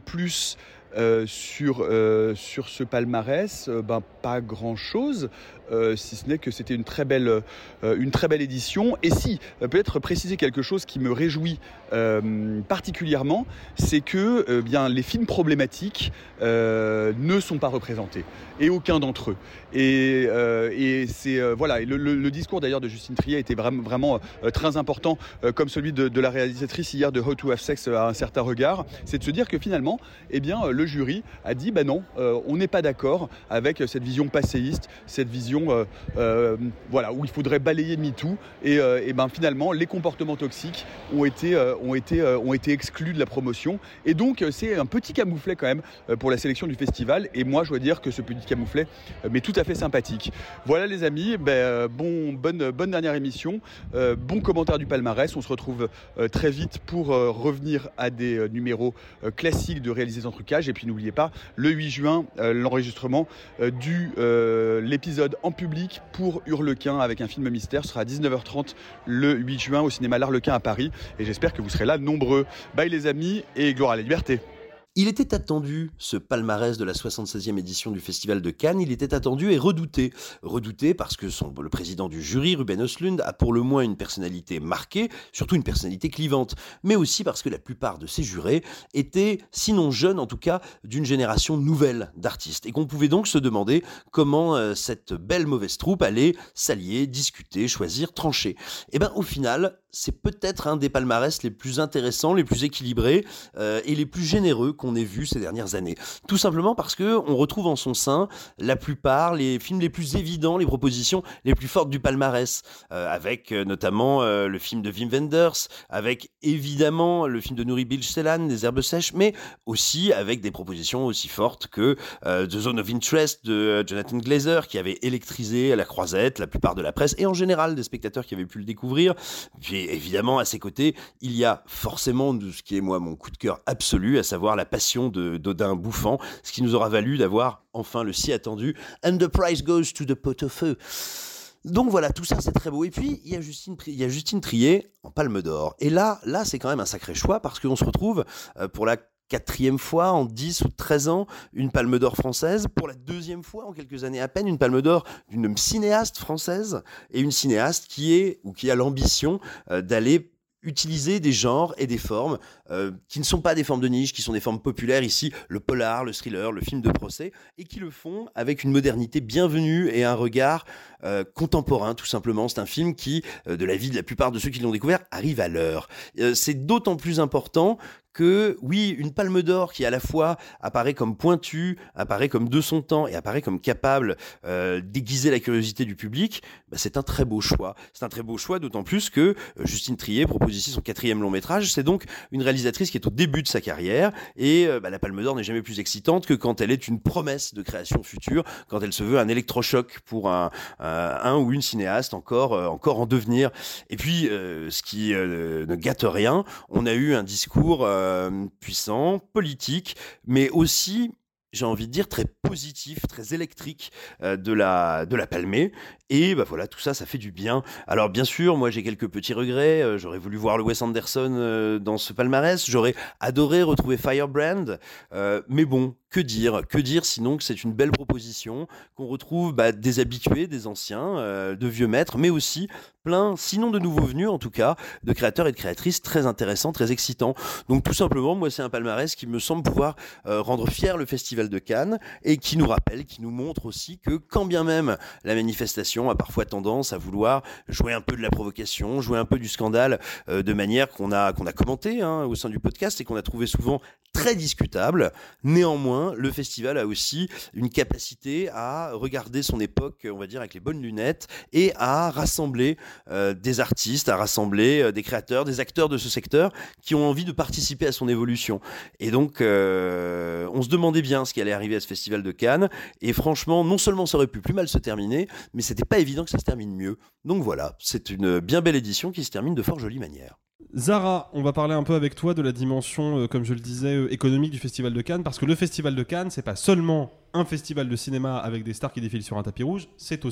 euh, sur, euh, sur ce palmarès, euh, ben, pas grand-chose. Euh, si ce n'est que c'était une très belle, euh, une très belle édition. Et si, euh, peut-être préciser quelque chose qui me réjouit euh, particulièrement, c'est que euh, bien, les films problématiques euh, ne sont pas représentés, et aucun d'entre eux. Et, euh, et c'est euh, voilà. Et le, le, le discours d'ailleurs de Justine Triet était vraiment, vraiment euh, très important, euh, comme celui de, de la réalisatrice hier de How to Have Sex à un certain regard. C'est de se dire que finalement, eh bien, le jury a dit bah non, euh, on n'est pas d'accord avec cette vision passéiste, cette vision Euh, euh, voilà, où il faudrait balayer MeToo et, euh, et ben finalement les comportements toxiques ont été, euh, ont, été, euh, ont été exclus de la promotion, et donc euh, c'est un petit camouflet quand même euh, pour la sélection du festival, et moi je dois dire que ce petit camouflet euh, m'est tout à fait sympathique. Voilà les amis, ben, euh, bon, bonne, bonne dernière émission, euh, bon commentaire du palmarès, on se retrouve euh, très vite pour euh, revenir à des euh, numéros euh, classiques de Réaliser sans trucage, et puis n'oubliez pas le huit juin euh, l'enregistrement euh, du euh, l'épisode en public pour Hurlequin avec un film mystère. Ce sera à dix-neuf heures trente le huit juin au cinéma L'Arlequin à Paris, et j'espère que vous serez là nombreux. Bye les amis, et gloire à la liberté. Il était attendu, ce palmarès de la soixante-seizième édition du Festival de Cannes, il était attendu et redouté. Redouté parce que son, le président du jury, Ruben Östlund, a pour le moins une personnalité marquée, surtout une personnalité clivante, mais aussi parce que la plupart de ses jurés étaient, sinon jeunes en tout cas, d'une génération nouvelle d'artistes, et qu'on pouvait donc se demander comment euh, cette belle mauvaise troupe allait s'allier, discuter, choisir, trancher. Et bien au final, c'est peut-être un des palmarès les plus intéressants, les plus équilibrés euh, et les plus généreux qu'on ait vus ces dernières années. Tout simplement parce qu'on retrouve en son sein la plupart, les films les plus évidents, les propositions les plus fortes du palmarès, euh, avec euh, notamment euh, le film de Wim Wenders, avec évidemment le film de Nuri Bilge Ceylan, Les Herbes Sèches, mais aussi avec des propositions aussi fortes que euh, The Zone of Interest de euh, Jonathan Glazer, qui avait électrisé à la croisette la plupart de la presse et en général des spectateurs qui avaient pu le découvrir. Puis évidemment, à ses côtés, il y a forcément de ce qui est moi mon coup de cœur absolu, à savoir La Passion de d'Odin Bouffant, ce qui nous aura valu d'avoir enfin le si attendu And the prize goes to the pot-au-feu. Donc voilà, tout ça c'est très beau. Et puis il y a Justine, il y a Justine Triet en Palme d'Or. Et là, là c'est quand même un sacré choix, parce qu'on se retrouve euh, pour la quatrième fois en dix ou treize ans, une Palme d'Or française. Pour la deuxième fois en quelques années à peine, une Palme d'Or d'une cinéaste française, et une cinéaste qui est ou qui a l'ambition euh, d'aller utiliser des genres et des formes euh, qui ne sont pas des formes de niche, qui sont des formes populaires ici, le polar, le thriller, le film de procès, et qui le font avec une modernité bienvenue et un regard euh, contemporain, tout simplement. C'est un film qui, euh, de la vie de la plupart de ceux qui l'ont découvert, arrive à l'heure. Euh, c'est d'autant plus important que, oui, une Palme d'Or qui à la fois apparaît comme pointue, apparaît comme de son temps et apparaît comme capable euh, d'aiguiser la curiosité du public, bah, c'est un très beau choix. C'est un très beau choix, d'autant plus que euh, Justine Triet propose ici son quatrième long métrage. C'est donc une réalisatrice qui est au début de sa carrière, et euh, bah, la Palme d'Or n'est jamais plus excitante que quand elle est une promesse de création future, quand elle se veut un électrochoc pour un, un, un ou une cinéaste encore, euh, encore en devenir. Et puis, euh, ce qui euh, ne gâte rien, on a eu un discours euh, puissant, politique, mais aussi, j'ai envie de dire, très positif, très électrique euh, de la de la Palmée. Et bah voilà, tout ça, ça fait du bien. Alors bien sûr, moi j'ai quelques petits regrets. Euh, j'aurais voulu voir le Wes Anderson euh, dans ce palmarès. J'aurais adoré retrouver Firebrand. Euh, mais bon, que dire Que dire sinon que c'est une belle proposition, qu'on retrouve bah, des habitués, des anciens, euh, de vieux maîtres, mais aussi plein, sinon de nouveaux venus en tout cas, de créateurs et de créatrices très intéressants, très excitants. Donc tout simplement, moi c'est un palmarès qui me semble pouvoir euh, rendre fier le Festival de Cannes, et qui nous rappelle, qui nous montre aussi que quand bien même la manifestation a parfois tendance à vouloir jouer un peu de la provocation, jouer un peu du scandale euh, de manière qu'on a, qu'on a commenté hein, au sein du podcast, et qu'on a trouvé souvent très discutable. Néanmoins, le festival a aussi une capacité à regarder son époque, on va dire, avec les bonnes lunettes, et à rassembler euh, des artistes, à rassembler euh, des créateurs, des acteurs de ce secteur qui ont envie de participer à son évolution. Et donc, euh, on se demandait bien ce qui allait arriver à ce festival de Cannes, et franchement, non seulement ça aurait pu plus mal se terminer, mais c'était pas évident que ça se termine mieux. Donc voilà, c'est une bien belle édition qui se termine de fort jolie manière. Zara, on va parler un peu avec toi de la dimension, euh, comme je le disais, euh, économique du Festival de Cannes, parce que le Festival de Cannes, c'est pas seulement un festival de cinéma avec des stars qui défilent sur un tapis rouge, c'est aussi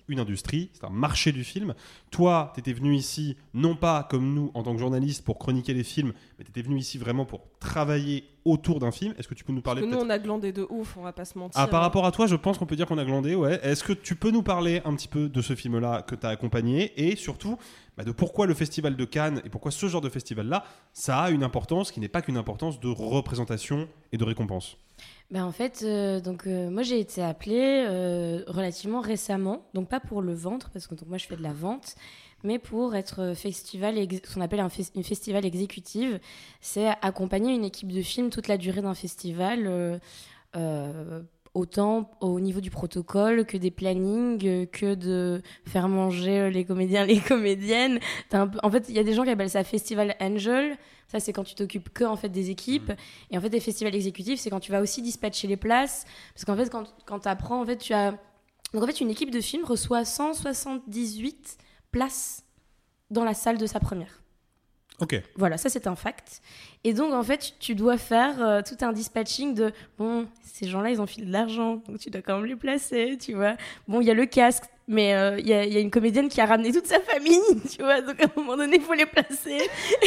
une industrie, c'est un marché du film. Toi, tu étais venu ici, non pas comme nous en tant que journaliste pour chroniquer les films, mais tu étais venu ici vraiment pour travailler autour d'un film. Est-ce que tu peux nous parler Parce que peut-être... nous, on a glandé de ouf, on va pas se mentir. Ah, par rapport à toi, je pense qu'on peut dire qu'on a glandé, ouais. Est-ce que tu peux nous parler un petit peu de ce film-là que tu as accompagné et surtout bah, de pourquoi le Festival de Cannes et pourquoi ce genre de festival-là, ça a une importance qui n'est pas qu'une importance de représentation et de récompense? Ben en fait, euh, donc, euh, moi j'ai été appelée euh, relativement récemment, donc pas pour le vendre, parce que donc, moi je fais de la vente, mais pour être festival, ex- ce qu'on appelle un fes- une festival exécutive, c'est accompagner une équipe de films toute la durée d'un festival, euh, euh, autant au niveau du protocole que des plannings, euh, que de faire manger les comédiens, les comédiennes. T'as un peu... En fait, il y a des gens qui appellent ça Festival Angel. Ça, c'est quand tu t'occupes que en fait, des équipes. Mmh. Et en fait, les festivals exécutifs, c'est quand tu vas aussi dispatcher les places. Parce qu'en fait, quand, quand tu apprends, en fait, tu as... Donc, en fait, une équipe de films reçoit cent soixante-dix-huit places dans la salle de sa première. Ok. Voilà, ça c'est un fact. Et donc en fait, tu dois faire euh, tout un dispatching de bon, ces gens-là, ils ont filé de l'argent, donc tu dois quand même les placer, tu vois. Bon, il y a le casque, mais il euh, y, y a une comédienne qui a ramené toute sa famille, tu vois. Donc à un moment donné, il faut les placer.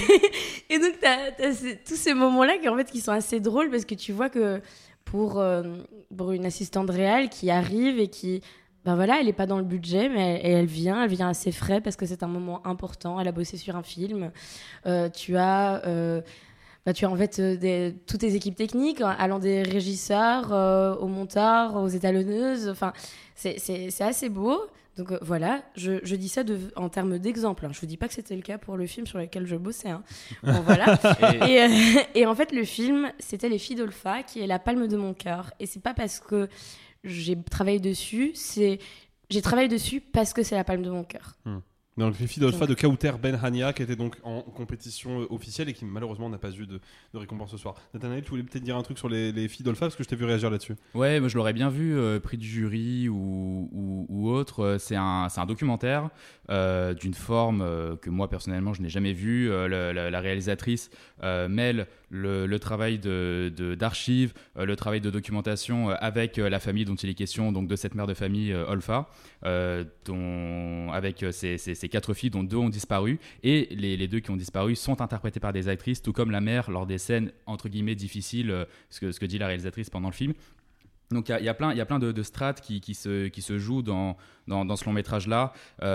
Et donc t'as, t'as ces, tous ces moments-là qui en fait qui sont assez drôles parce que tu vois que pour euh, pour une assistante réelle qui arrive et qui ben voilà, elle n'est pas dans le budget, mais elle, elle vient, elle vient assez frais parce que c'est un moment important. Elle a bossé sur un film. Euh, tu as, euh, bah, tu as en fait euh, des, toutes tes équipes techniques, hein, allant des régisseurs euh, aux monteurs, aux étalonneuses. Enfin, c'est, c'est, c'est assez beau. Donc euh, voilà, je, je dis ça de, en termes d'exemple. Hein. Je vous dis pas que c'était le cas pour le film sur lequel je bossais. Hein. Bon, voilà. et, et, euh, et en fait, le film, c'était Les Filles d'Olpha, qui est la palme de mon cœur. Et c'est pas parce que j'ai travaillé dessus, c'est... j'ai travaillé dessus parce que c'est la palme de mon cœur. Hmm. Donc les filles d'Olpha de Kauter Ben Hania qui était donc en compétition officielle et qui malheureusement n'a pas eu de, de récompense ce soir. Nathanaël, tu voulais peut-être dire un truc sur les, les filles d'Olpha parce que je t'ai vu réagir là-dessus. Ouais, moi je l'aurais bien vu, euh, prix du jury ou, ou, ou autre. C'est un, c'est un documentaire euh, d'une forme euh, que moi personnellement je n'ai jamais vue. Euh, la, la, la réalisatrice euh, mêle le, le travail de, de, d'archives, euh, le travail de documentation euh, avec euh, la famille dont il est question, donc de cette mère de famille euh, Olpha, euh, dont, avec euh, ses, ses, ses quatre filles dont deux ont disparu, et les, les deux qui ont disparu sont interprétées par des actrices, tout comme la mère lors des scènes entre guillemets difficiles, euh, ce, que, ce que dit la réalisatrice pendant le film. Donc il y, y a plein, y a plein de, de strates qui, qui, se, qui se jouent dans, dans, dans ce long métrage là,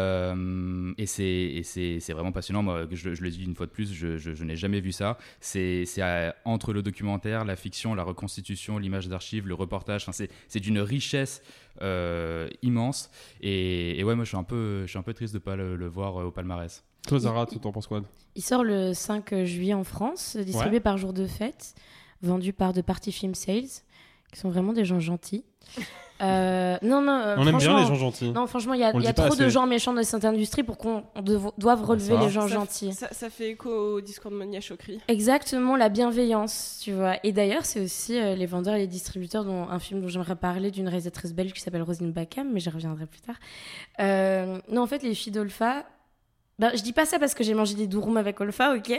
euh, et, c'est, et c'est, c'est vraiment passionnant. Moi, je, je le dis une fois de plus, je, je, je n'ai jamais vu ça. C'est, c'est à, entre le documentaire, la fiction, la reconstitution, l'image d'archives, le reportage. Enfin, c'est, c'est d'une richesse euh, immense. Et, et ouais, moi je suis un peu, je suis un peu triste de ne pas le, le voir au palmarès. Toi, Zara, tu t'en penses quoi? Il sort le cinq juillet en France, distribué ouais. par Jour de Fête, vendu par The Party Film Sales, qui sont vraiment des gens gentils. Euh, non, non, euh, on aime bien les gens gentils. Non, franchement, il y a, y a trop de gens méchants dans cette industrie pour qu'on dev- doive relever les gens ça, gentils. Ça, ça fait écho au discours de Monia Chokri. Exactement, la bienveillance, tu vois. Et d'ailleurs, c'est aussi euh, les vendeurs et les distributeurs, dont un film dont j'aimerais parler, d'une réalisatrice belge qui s'appelle Rosine Bacam, mais j'y reviendrai plus tard. Euh, non, en fait, les filles d'Olpha... Ben, je dis pas ça parce que j'ai mangé des douroums avec Olpha, ok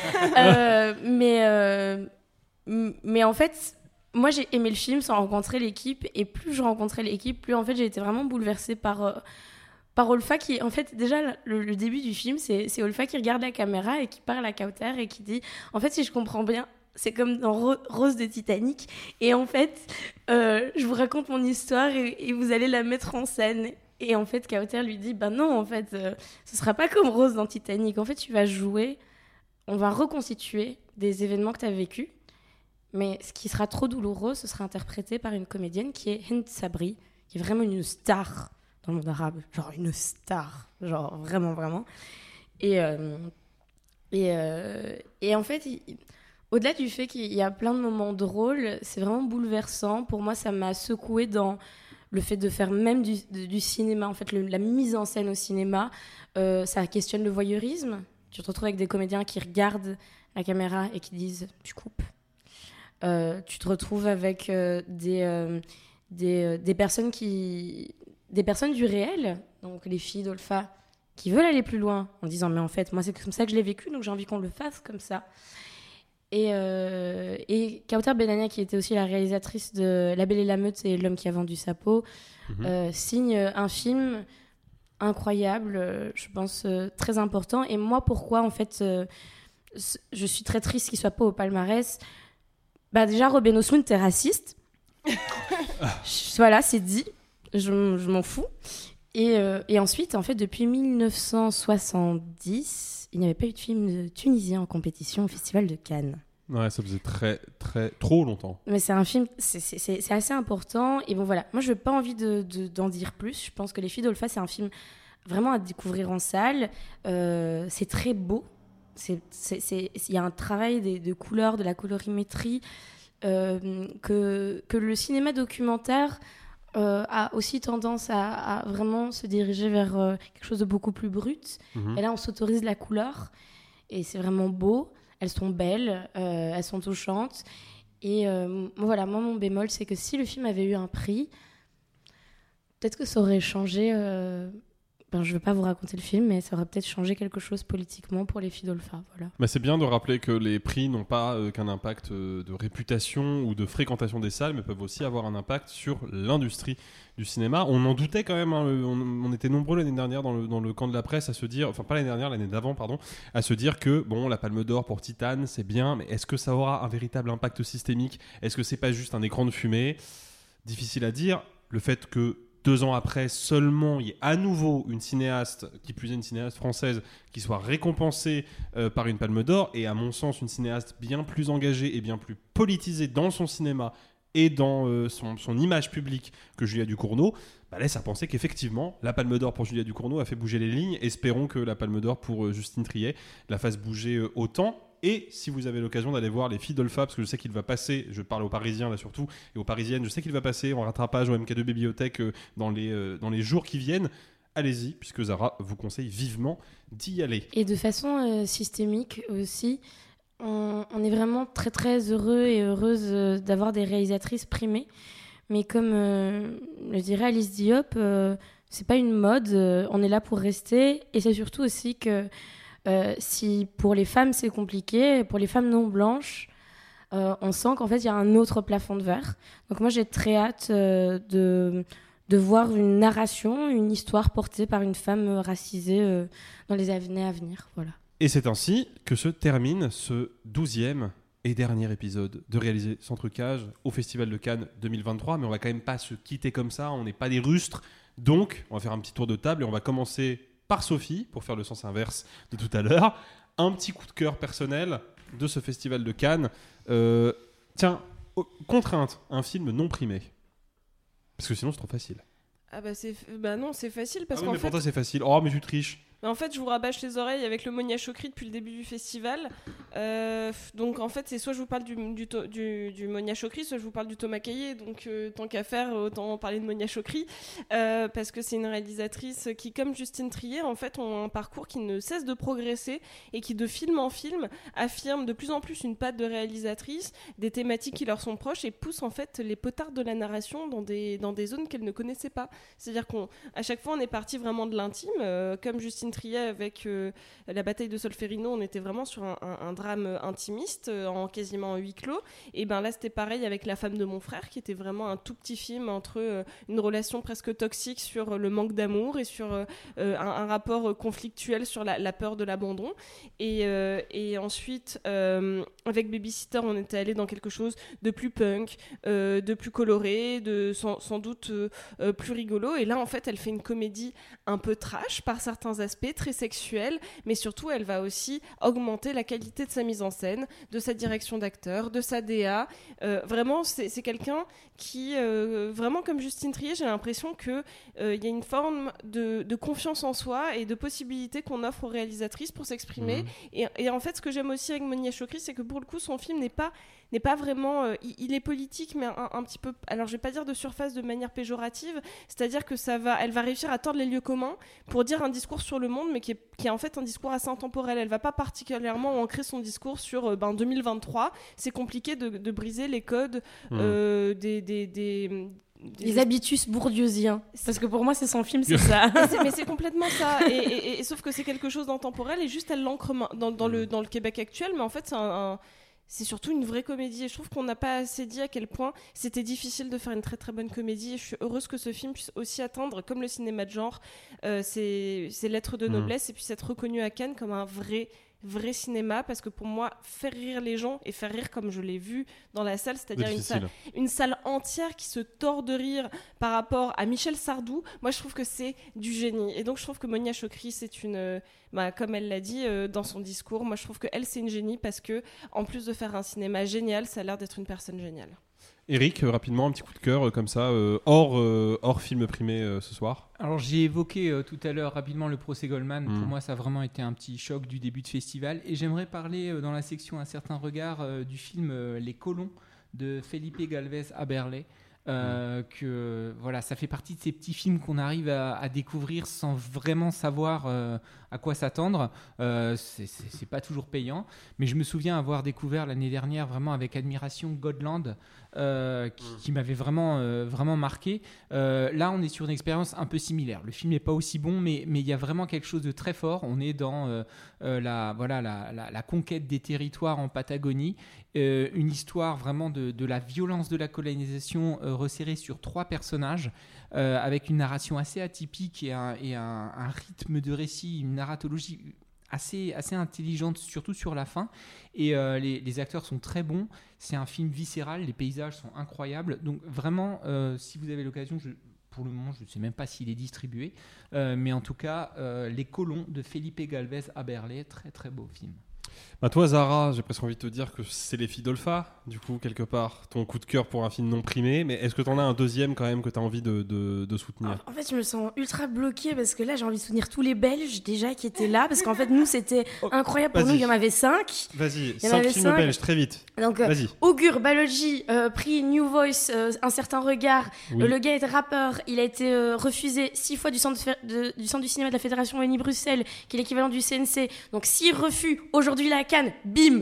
euh, mais, euh, mais en fait... Moi, j'ai aimé le film sans rencontrer l'équipe. Et plus je rencontrais l'équipe, plus en fait, j'ai été vraiment bouleversée par, euh, par Olpha qui... En fait, déjà, le, le début du film, c'est, c'est Olpha qui regarde la caméra et qui parle à Kauter et qui dit... En fait, si je comprends bien, c'est comme dans Ro- Rose de Titanic. Et en fait, euh, je vous raconte mon histoire et, et vous allez la mettre en scène. Et en fait, Kauter lui dit, ben non, en fait, euh, ce sera pas comme Rose dans Titanic. En fait, tu vas jouer, on va reconstituer des événements que tu as vécus. Mais ce qui sera trop douloureux, ce sera interprété par une comédienne qui est Hind Sabri, qui est vraiment une star dans le monde arabe. Genre une star. Genre vraiment, vraiment. Et, euh, et, euh, et en fait, il, au-delà du fait qu'il y a plein de moments drôles, c'est vraiment bouleversant. Pour moi, ça m'a secouée dans le fait de faire même du, du, du cinéma. En fait, le, la mise en scène au cinéma, euh, ça questionne le voyeurisme. Tu te retrouves avec des comédiens qui regardent la caméra et qui disent « tu coupes ». Euh, tu te retrouves avec euh, des, euh, des, euh, des, personnes qui, des personnes du réel, donc les filles d'Olpha, qui veulent aller plus loin en disant mais en fait moi c'est comme ça que je l'ai vécu donc j'ai envie qu'on le fasse comme ça. Et, euh, et Kauter Ben Hania, qui était aussi la réalisatrice de La Belle et la Meute et L'homme qui a vendu sa peau, mm-hmm. euh, signe un film incroyable, euh, je pense euh, très important. Et moi, pourquoi en fait, euh, je suis très triste qu'il soit pas au palmarès. Bah déjà, Ruben Östlund, t'es raciste. je, voilà, c'est dit. Je, je m'en fous. Et, euh, et ensuite, en fait, depuis dix-neuf cent soixante-dix, il n'y avait pas eu de film tunisien en compétition au Festival de Cannes. Ouais, ça faisait très, très, trop longtemps. Mais c'est un film, c'est, c'est, c'est, c'est assez important. Et bon, voilà, moi, je n'ai pas envie de, de, d'en dire plus. Je pense que Les Filles d'Olpha, c'est un film vraiment à découvrir en salle. Euh, c'est très beau. Il c'est, c'est, c'est, y a un travail des, de couleurs, de la colorimétrie, euh, que, que le cinéma documentaire euh, a aussi tendance à, à vraiment se diriger vers euh, quelque chose de beaucoup plus brut. Mmh. Et là, on s'autorise la couleur. Et c'est vraiment beau. Elles sont belles, euh, elles sont touchantes. Et euh, voilà, moi, mon bémol, c'est que si le film avait eu un prix, peut-être que ça aurait changé... Euh... Ben, je ne veux pas vous raconter le film, mais ça aurait peut-être changé quelque chose politiquement pour Les Filles d'Olpha. Voilà. Bah c'est bien de rappeler que les prix n'ont pas euh, qu'un impact euh, de réputation ou de fréquentation des salles, mais peuvent aussi avoir un impact sur l'industrie du cinéma. On en doutait quand même, hein, on, on était nombreux l'année dernière dans le, dans le camp de la presse à se dire, enfin pas l'année dernière, l'année d'avant, pardon, à se dire que bon, la Palme d'Or pour Titane, c'est bien, mais est-ce que ça aura un véritable impact systémique ? Est-ce que c'est pas juste un écran de fumée ? Difficile à dire. Le fait que deux ans après seulement, il y ait à nouveau une cinéaste, qui plus est une cinéaste française, qui soit récompensée euh, par une Palme d'Or, et à mon sens une cinéaste bien plus engagée et bien plus politisée dans son cinéma et dans euh, son, son image publique que Julia Ducournau, bah laisse à penser qu'effectivement, la Palme d'Or pour Julia Ducournau a fait bouger les lignes. Espérons que la Palme d'Or pour euh, Justine Triet la fasse bouger euh, autant. Et si vous avez l'occasion d'aller voir Les Filles d'Olpha, parce que je sais qu'il va passer, je parle aux Parisiens là surtout, et aux Parisiennes, je sais qu'il va passer en rattrapage au M K deux Bibliothèque euh, dans, les, euh, dans les jours qui viennent, allez-y, puisque Zara vous conseille vivement d'y aller. Et de façon euh, systémique aussi, on, on est vraiment très très heureux et heureuse euh, d'avoir des réalisatrices primées. Mais comme euh, le dirait Alice Diop, euh, c'est pas une mode, euh, on est là pour rester. Et c'est surtout aussi que Euh, si pour les femmes c'est compliqué, pour les femmes non blanches, euh, on sent qu'en fait il y a un autre plafond de verre. Donc moi j'ai très hâte euh, de, de voir une narration, une histoire portée par une femme racisée euh, dans les années à venir. Voilà. Et c'est ainsi que se termine ce douzième et dernier épisode de Réaliser sans trucage au Festival de Cannes deux mille vingt-trois. Mais on va quand même pas se quitter comme ça, on n'est pas des rustres. Donc on va faire un petit tour de table et on va commencer par Sophie, pour faire le sens inverse de tout à l'heure. Un petit coup de cœur personnel de ce Festival de Cannes. Euh, tiens, oh, contrainte, un film non primé. Parce que sinon c'est trop facile. Ah bah, c'est... bah non, c'est facile parce ah oui, qu'en mais fait... pour toi c'est facile. Oh mais tu triches. Mais en fait, je vous rabâche les oreilles avec le Monia Chokri depuis le début du festival. Euh, donc en fait, c'est soit je vous parle du, du, du, du Monia Chokri, soit je vous parle du Thomas Caillet. Donc euh, tant qu'à faire, autant parler de Monia Chokri. Euh, parce que c'est une réalisatrice qui, comme Justine Triet, en fait, ont un parcours qui ne cesse de progresser et qui, de film en film, affirme de plus en plus une patte de réalisatrice, des thématiques qui leur sont proches et pousse en fait les potards de la narration dans des, dans des zones qu'elles ne connaissaient pas. C'est-à-dire qu'à chaque fois, on est parti vraiment de l'intime, euh, comme Justine Triet avec euh, la bataille de Solferino, on était vraiment sur un, un, un drame intimiste euh, en quasiment huis clos. Et ben là c'était pareil avec La femme de mon frère, qui était vraiment un tout petit film entre euh, une relation presque toxique sur euh, le manque d'amour et sur euh, un, un rapport euh, conflictuel sur la, la peur de l'abandon. Et, euh, et ensuite euh, avec Babysitter, on était allé dans quelque chose de plus punk, euh, de plus coloré, de sans, sans doute euh, euh, plus rigolo. Et là en fait elle fait une comédie un peu trash par certains aspects, très sexuelle, mais surtout elle va aussi augmenter la qualité de sa mise en scène, de sa direction d'acteur, de sa D A. Euh, vraiment, c'est, c'est quelqu'un qui, euh, vraiment comme Justine Triet, j'ai l'impression qu'il euh, y a une forme de, de confiance en soi et de possibilité qu'on offre aux réalisatrices pour s'exprimer. Mmh. Et, et en fait, ce que j'aime aussi avec Monia Chokri, c'est que pour le coup, son film n'est pas n'est pas vraiment... Euh, il, il est politique, mais un, un petit peu... Alors, je vais pas dire de surface de manière péjorative, c'est-à-dire que ça va, elle va réussir à tordre les lieux communs pour dire un discours sur le monde, mais qui est, qui est en fait un discours assez intemporel. Elle va pas particulièrement ancrer son discours sur euh, ben, deux mille vingt-trois. C'est compliqué de, de briser les codes mmh. euh, des... des, des Des... Les habitus bourdieusiens. Parce que pour moi, c'est son film, c'est ça. mais, c'est, mais c'est complètement ça. Et, et, et, et sauf que c'est quelque chose d'intemporel et juste elle l'ancre dans, dans, le, dans le Québec actuel. Mais en fait, c'est un, un c'est surtout une vraie comédie. Et je trouve qu'on n'a pas assez dit à quel point c'était difficile de faire une très très bonne comédie. Et je suis heureuse que ce film puisse aussi atteindre, comme le cinéma de genre, euh, ses, ses lettres de noblesse mmh. et puisse être reconnu à Cannes comme un vrai vrai cinéma, parce que pour moi faire rire les gens et faire rire comme je l'ai vu dans la salle, c'est-à-dire une salle, une salle entière qui se tord de rire par rapport à Michel Sardou, moi je trouve que c'est du génie. Et donc je trouve que Monia Chokri, c'est une euh, bah, comme elle l'a dit euh, dans son discours, moi je trouve qu'elle c'est une génie, parce que en plus de faire un cinéma génial, ça a l'air d'être une personne géniale. Eric, euh, rapidement, un petit coup de cœur euh, comme ça, euh, hors, euh, hors film primé euh, ce soir. Alors j'ai évoqué euh, tout à l'heure rapidement le procès Goldman. Mmh. Pour moi, ça a vraiment été un petit choc du début de festival. Et j'aimerais parler euh, dans la section Un certain regard euh, du film euh, Les Colons de Felipe Galvez Aberley. Euh, mmh. que voilà, ça fait partie de ces petits films qu'on arrive à, à découvrir sans vraiment savoir euh, à quoi s'attendre. Euh, c'est, c'est, c'est pas toujours payant, mais je me souviens avoir découvert l'année dernière vraiment avec admiration Godland, euh, qui, mmh. qui m'avait vraiment euh, vraiment marqué. Euh, là, on est sur une expérience un peu similaire. Le film n'est pas aussi bon, mais mais il y a vraiment quelque chose de très fort. On est dans euh, euh, la voilà la, la, la conquête des territoires en Patagonie, euh, une histoire vraiment de, de la violence de la colonisation euh, resserré sur trois personnages, euh, avec une narration assez atypique et, un, et un, un rythme de récit, une narratologie assez, assez intelligente, surtout sur la fin. Et euh, les, les acteurs sont très bons. C'est un film viscéral, les paysages sont incroyables. Donc vraiment, euh, si vous avez l'occasion, je, pour le moment, je ne sais même pas s'il est distribué, euh, mais en tout cas, euh, Les Colons de Felipe Galvez Aberley, très très beau film. Bah toi Zara, j'ai presque envie de te dire que c'est Les Filles d'Olpha, du coup quelque part ton coup de cœur pour un film non primé, mais est-ce que t'en as un deuxième quand même que t'as envie de, de, de soutenir? En fait je me sens ultra bloquée parce que là j'ai envie de soutenir tous les Belges déjà qui étaient là, parce qu'en fait nous c'était incroyable pour Vas-y. nous, il y en avait cinq. Vas-y, cinq films cinq. belges très vite. Donc euh, Augure, Balogi, euh, prix New Voice, euh, Un certain regard, oui. euh, le gars est rappeur, il a été euh, refusé six fois du centre, de, de, du centre du cinéma de la Fédération Wallonie-Bruxelles, qui est l'équivalent du C N C, donc six refus, aujourd'hui la Cannes, bim.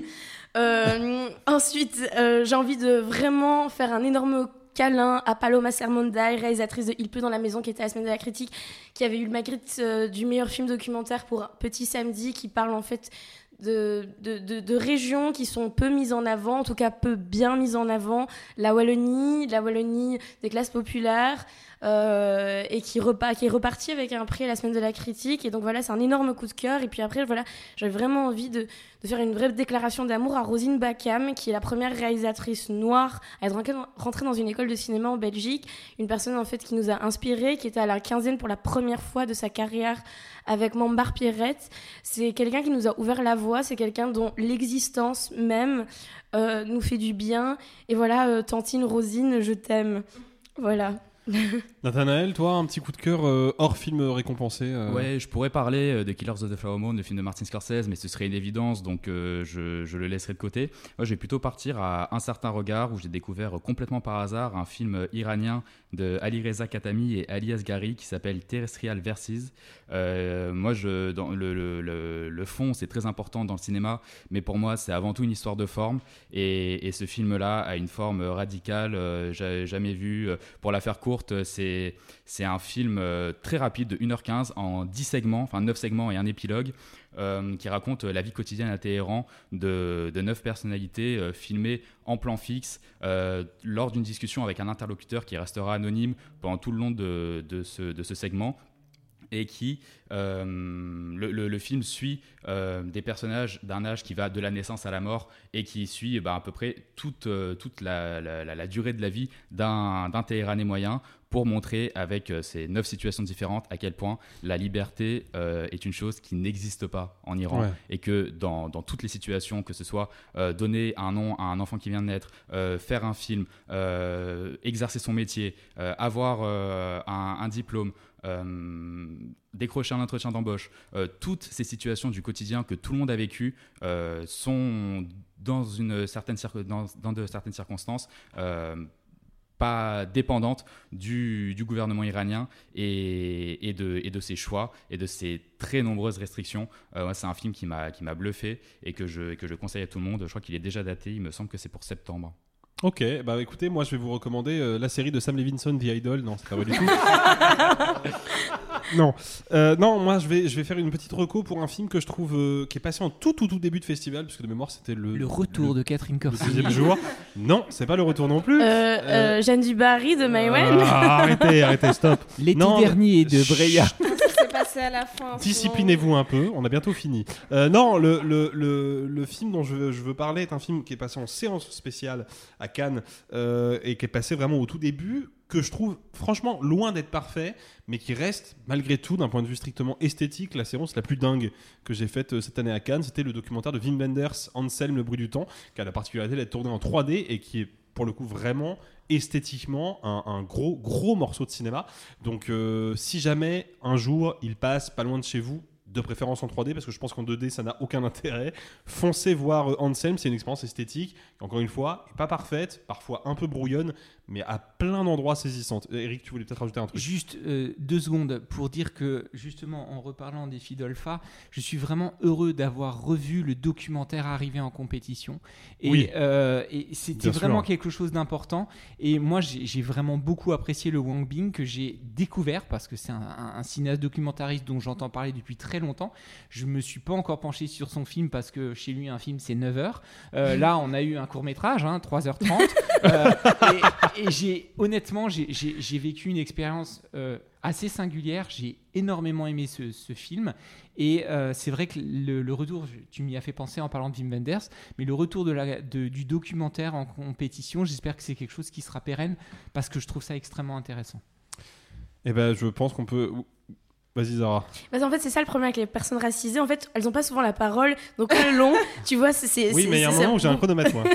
Euh, ensuite, euh, j'ai envie de vraiment faire un énorme câlin à Paloma Sermonday, réalisatrice de Il pleut dans la maison, qui était à la semaine de la critique, qui avait eu le Magritte euh, du meilleur film documentaire pour Petit Samedi, qui parle en fait de, de, de, de régions qui sont peu mises en avant, en tout cas peu bien mises en avant, la Wallonie, la Wallonie des classes populaires, euh, et qui, repa- qui est reparti avec un prix à la semaine de la critique. Et donc voilà, c'est un énorme coup de cœur. Et puis après, voilà, j'avais vraiment envie de, de faire une vraie déclaration d'amour à Rosine Bacam, qui est la première réalisatrice noire à être rentrée dans une école de cinéma en Belgique, une personne en fait qui nous a inspirés, qui était à la quinzaine pour la première fois de sa carrière avec Mambar Pierrette. C'est quelqu'un qui nous a ouvert la voie, c'est quelqu'un dont l'existence même euh, nous fait du bien. Et voilà, euh, Tantine Rosine, je t'aime. Voilà. Nathanaël, toi, un petit coup de cœur euh, hors film récompensé euh... Ouais, je pourrais parler de Killers of the Flower Moon, le film de Martin Scorsese, mais ce serait une évidence, donc euh, je, je le laisserai de côté. Moi, je vais plutôt partir à Un certain regard, où j'ai découvert complètement par hasard un film iranien de Ali Reza Khatami et Ali Asghari qui s'appelle Terrestrial Verses. Euh, moi, je, dans le, le, le, le fond, c'est très important dans le cinéma, mais pour moi, c'est avant tout une histoire de forme. Et, et ce film-là a une forme radicale, euh, j'ai jamais vu. Pour la faire courte, c'est, c'est un film euh, très rapide de une heure quinze en dix segments, enfin neuf segments et un épilogue. Euh, qui raconte la vie quotidienne à Téhéran de, de neuf personnalités euh, filmées en plan fixe euh, lors d'une discussion avec un interlocuteur qui restera anonyme pendant tout le long de, de, ce, de ce segment. Et qui, euh, le, le, le film suit euh, des personnages d'un âge qui va de la naissance à la mort et qui suit bah, à peu près toute, euh, toute la, la, la, la durée de la vie d'un, d'un Téhéranais moyen, pour montrer avec euh, ces neuf situations différentes à quel point la liberté euh, est une chose qui n'existe pas en Iran, ouais. Et que dans, dans toutes les situations, que ce soit euh, donner un nom à un enfant qui vient de naître, euh, faire un film, euh, exercer son métier, euh, avoir euh, un, un diplôme, Euh, décrocher un entretien d'embauche, euh, toutes ces situations du quotidien que tout le monde a vécues euh, sont dans, une certaine circo- dans, dans de certaines circonstances euh, pas dépendantes du, du gouvernement iranien et, et, de, et de ses choix et de ses très nombreuses restrictions. Euh, c'est un film qui m'a, qui m'a bluffé et que je, que je conseille à tout le monde. Je crois qu'il est déjà daté, il me semble que c'est pour septembre. Ok, bah écoutez, moi je vais vous recommander euh, la série de Sam Levinson, The Idol. Non, c'est pas vrai du tout. non, euh, non, moi je vais, je vais faire une petite reco pour un film que je trouve euh, qui est passé en tout, tout, tout début de festival, puisque de mémoire c'était le. Le retour le, de Catherine Corsini. Le deuxième jour. Non, c'est pas le retour non plus. Euh, euh, euh, Jeanne Dubarry de Maïwen. Ah, arrêtez, arrêtez, stop. L'été non, dernier de Breya. C'est passé à la fin. Disciplinez-vous un peu, on a bientôt fini. Euh, non, le, le, le, le film dont je veux, je veux parler est un film qui est passé en séance spéciale à Cannes euh, et qui est passé vraiment au tout début, que je trouve franchement loin d'être parfait, mais qui reste malgré tout d'un point de vue strictement esthétique la séance la plus dingue que j'ai faite cette année à Cannes. C'était le documentaire de Wim Wenders, Anselm, le bruit du temps, qui a la particularité d'être tourné en trois D et qui est pour le coup vraiment esthétiquement un, un gros gros morceau de cinéma. Donc euh, si jamais un jour il passe pas loin de chez vous, de préférence en trois D, parce que je pense qu'en deux D ça n'a aucun intérêt, foncez voir euh, Anselm, c'est une expérience esthétique qui, encore une fois, est pas parfaite, parfois un peu brouillonne, mais à plein d'endroits saisissante. Eric, tu voulais peut-être rajouter un truc? Juste euh, deux secondes pour dire que, justement, en reparlant des filles d'Olpha, je suis vraiment heureux d'avoir revu le documentaire arrivé en compétition. Et, oui. euh, et c'était Bien vraiment sûr. quelque chose d'important. Et moi, j'ai, j'ai vraiment beaucoup apprécié le Wang Bing, que j'ai découvert, parce que c'est un, un, un cinéaste documentariste dont j'entends parler depuis très longtemps. Je me suis pas encore penché sur son film, parce que chez lui, un film, c'est neuf heures. Euh, là, on a eu un court-métrage, hein, trois heures trente. euh, et, Et j'ai, honnêtement, j'ai, j'ai, j'ai vécu une expérience euh, assez singulière. J'ai énormément aimé ce, ce film. Et euh, c'est vrai que le, le retour, tu m'y as fait penser en parlant de Wim Wenders, mais le retour de la, de, du documentaire en compétition, j'espère que c'est quelque chose qui sera pérenne, parce que je trouve ça extrêmement intéressant. Eh ben, je pense qu'on peut... Vas-y Zara. Bah, en fait, c'est ça le problème avec les personnes racisées. En fait, elles n'ont pas souvent la parole. Donc le long, tu vois, c'est... c'est oui, mais il y a un moment où j'ai un chronomètre, moi.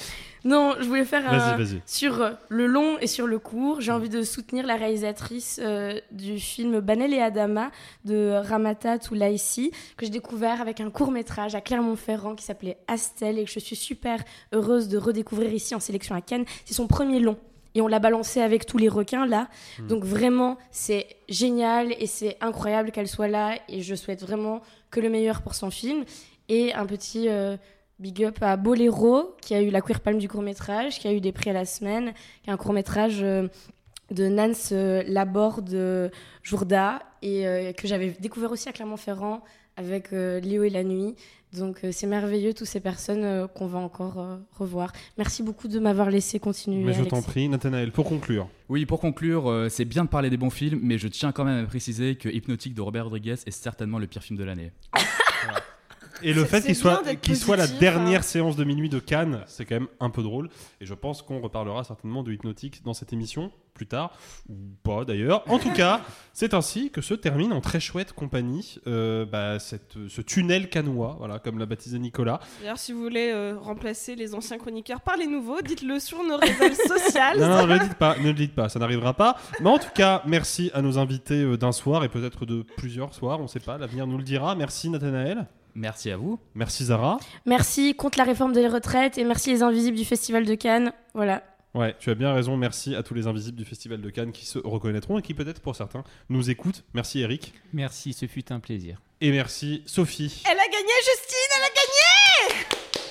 Non, je voulais faire vas-y, euh, vas-y. sur euh, le long et sur le court. J'ai envie de soutenir la réalisatrice euh, du film Banel et Adama de Ramata Toulaïsi, que j'ai découvert avec un court-métrage à Clermont-Ferrand qui s'appelait Astel et que je suis super heureuse de redécouvrir ici en sélection à Cannes. C'est son premier long. Et on l'a balancé avec tous les requins là. Mmh. Donc vraiment, c'est génial et c'est incroyable qu'elle soit là. Et je souhaite vraiment que le meilleur pour son film. Et un petit euh, big up à Boléro, qui a eu la Queer Palme du court-métrage, qui a eu des prix à la semaine, qui a un court-métrage euh, de Nance euh, Laborde euh, Jourda, et euh, que j'avais découvert aussi à Clermont-Ferrand avec euh, Léo et la nuit. Donc euh, c'est merveilleux, toutes ces personnes euh, qu'on va encore euh, revoir. Merci beaucoup de m'avoir laissé continuer. Mais je Alexis. t'en prie, Nathanaël, pour conclure. Oui, pour conclure, euh, c'est bien de parler des bons films, mais je tiens quand même à préciser que Hypnotique de Robert Rodriguez est certainement le pire film de l'année. Voilà. Et le c'est, fait c'est qu'il soit, qu'il qu'il soit la dernière hein. séance de minuit de Cannes, c'est quand même un peu drôle. Et je pense qu'on reparlera certainement de Hypnotique dans cette émission, plus tard, ou pas d'ailleurs. En tout cas, c'est ainsi que se termine en très chouette compagnie euh, bah, cette, ce tunnel cannois, voilà, comme l'a baptisé Nicolas. D'ailleurs, si vous voulez euh, remplacer les anciens chroniqueurs par les nouveaux, dites-le sur nos réseaux sociaux. Non, non, ne le dites pas, ne le dites pas, ça n'arrivera pas. Mais en tout cas, merci à nos invités euh, d'un soir et peut-être de plusieurs soirs, on ne sait pas, l'avenir nous le dira. Merci Nathanaël. Merci à vous. Merci Zara. Merci contre la réforme des retraites et merci les Invisibles du Festival de Cannes. Voilà. Ouais, tu as bien raison. Merci à tous les Invisibles du Festival de Cannes qui se reconnaîtront et qui peut-être pour certains nous écoutent. Merci Eric. Merci, ce fut un plaisir. Et merci Sophie. Elle a gagné, Justine, elle a gagné!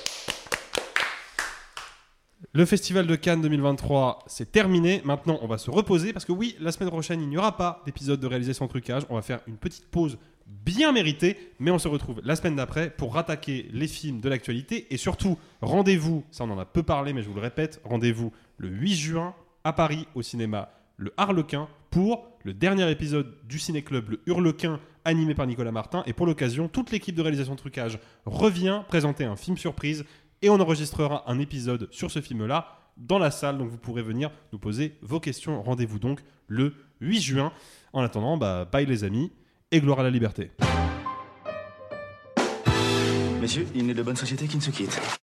Le Festival de Cannes deux mille vingt-trois, c'est terminé. Maintenant, on va se reposer parce que oui, la semaine prochaine, il n'y aura pas d'épisode de Réaliser sans trucage. On va faire une petite pause bien méritée, mais on se retrouve la semaine d'après pour rattaquer les films de l'actualité. Et surtout, rendez-vous, ça on en a peu parlé, mais je vous le répète, rendez-vous le huit juin à Paris au cinéma Le Harlequin pour le dernier épisode du Ciné-Club Le Hurlequin animé par Nicolas Martin. Et pour l'occasion, toute l'équipe de Réalisation Trucage revient présenter un film surprise et on enregistrera un épisode sur ce film-là dans la salle. Donc vous pourrez venir nous poser vos questions. Rendez-vous donc le huit juin. En attendant, bah, bye les amis et gloire à la liberté. Messieurs, il n'est de bonne société qui ne se quitte.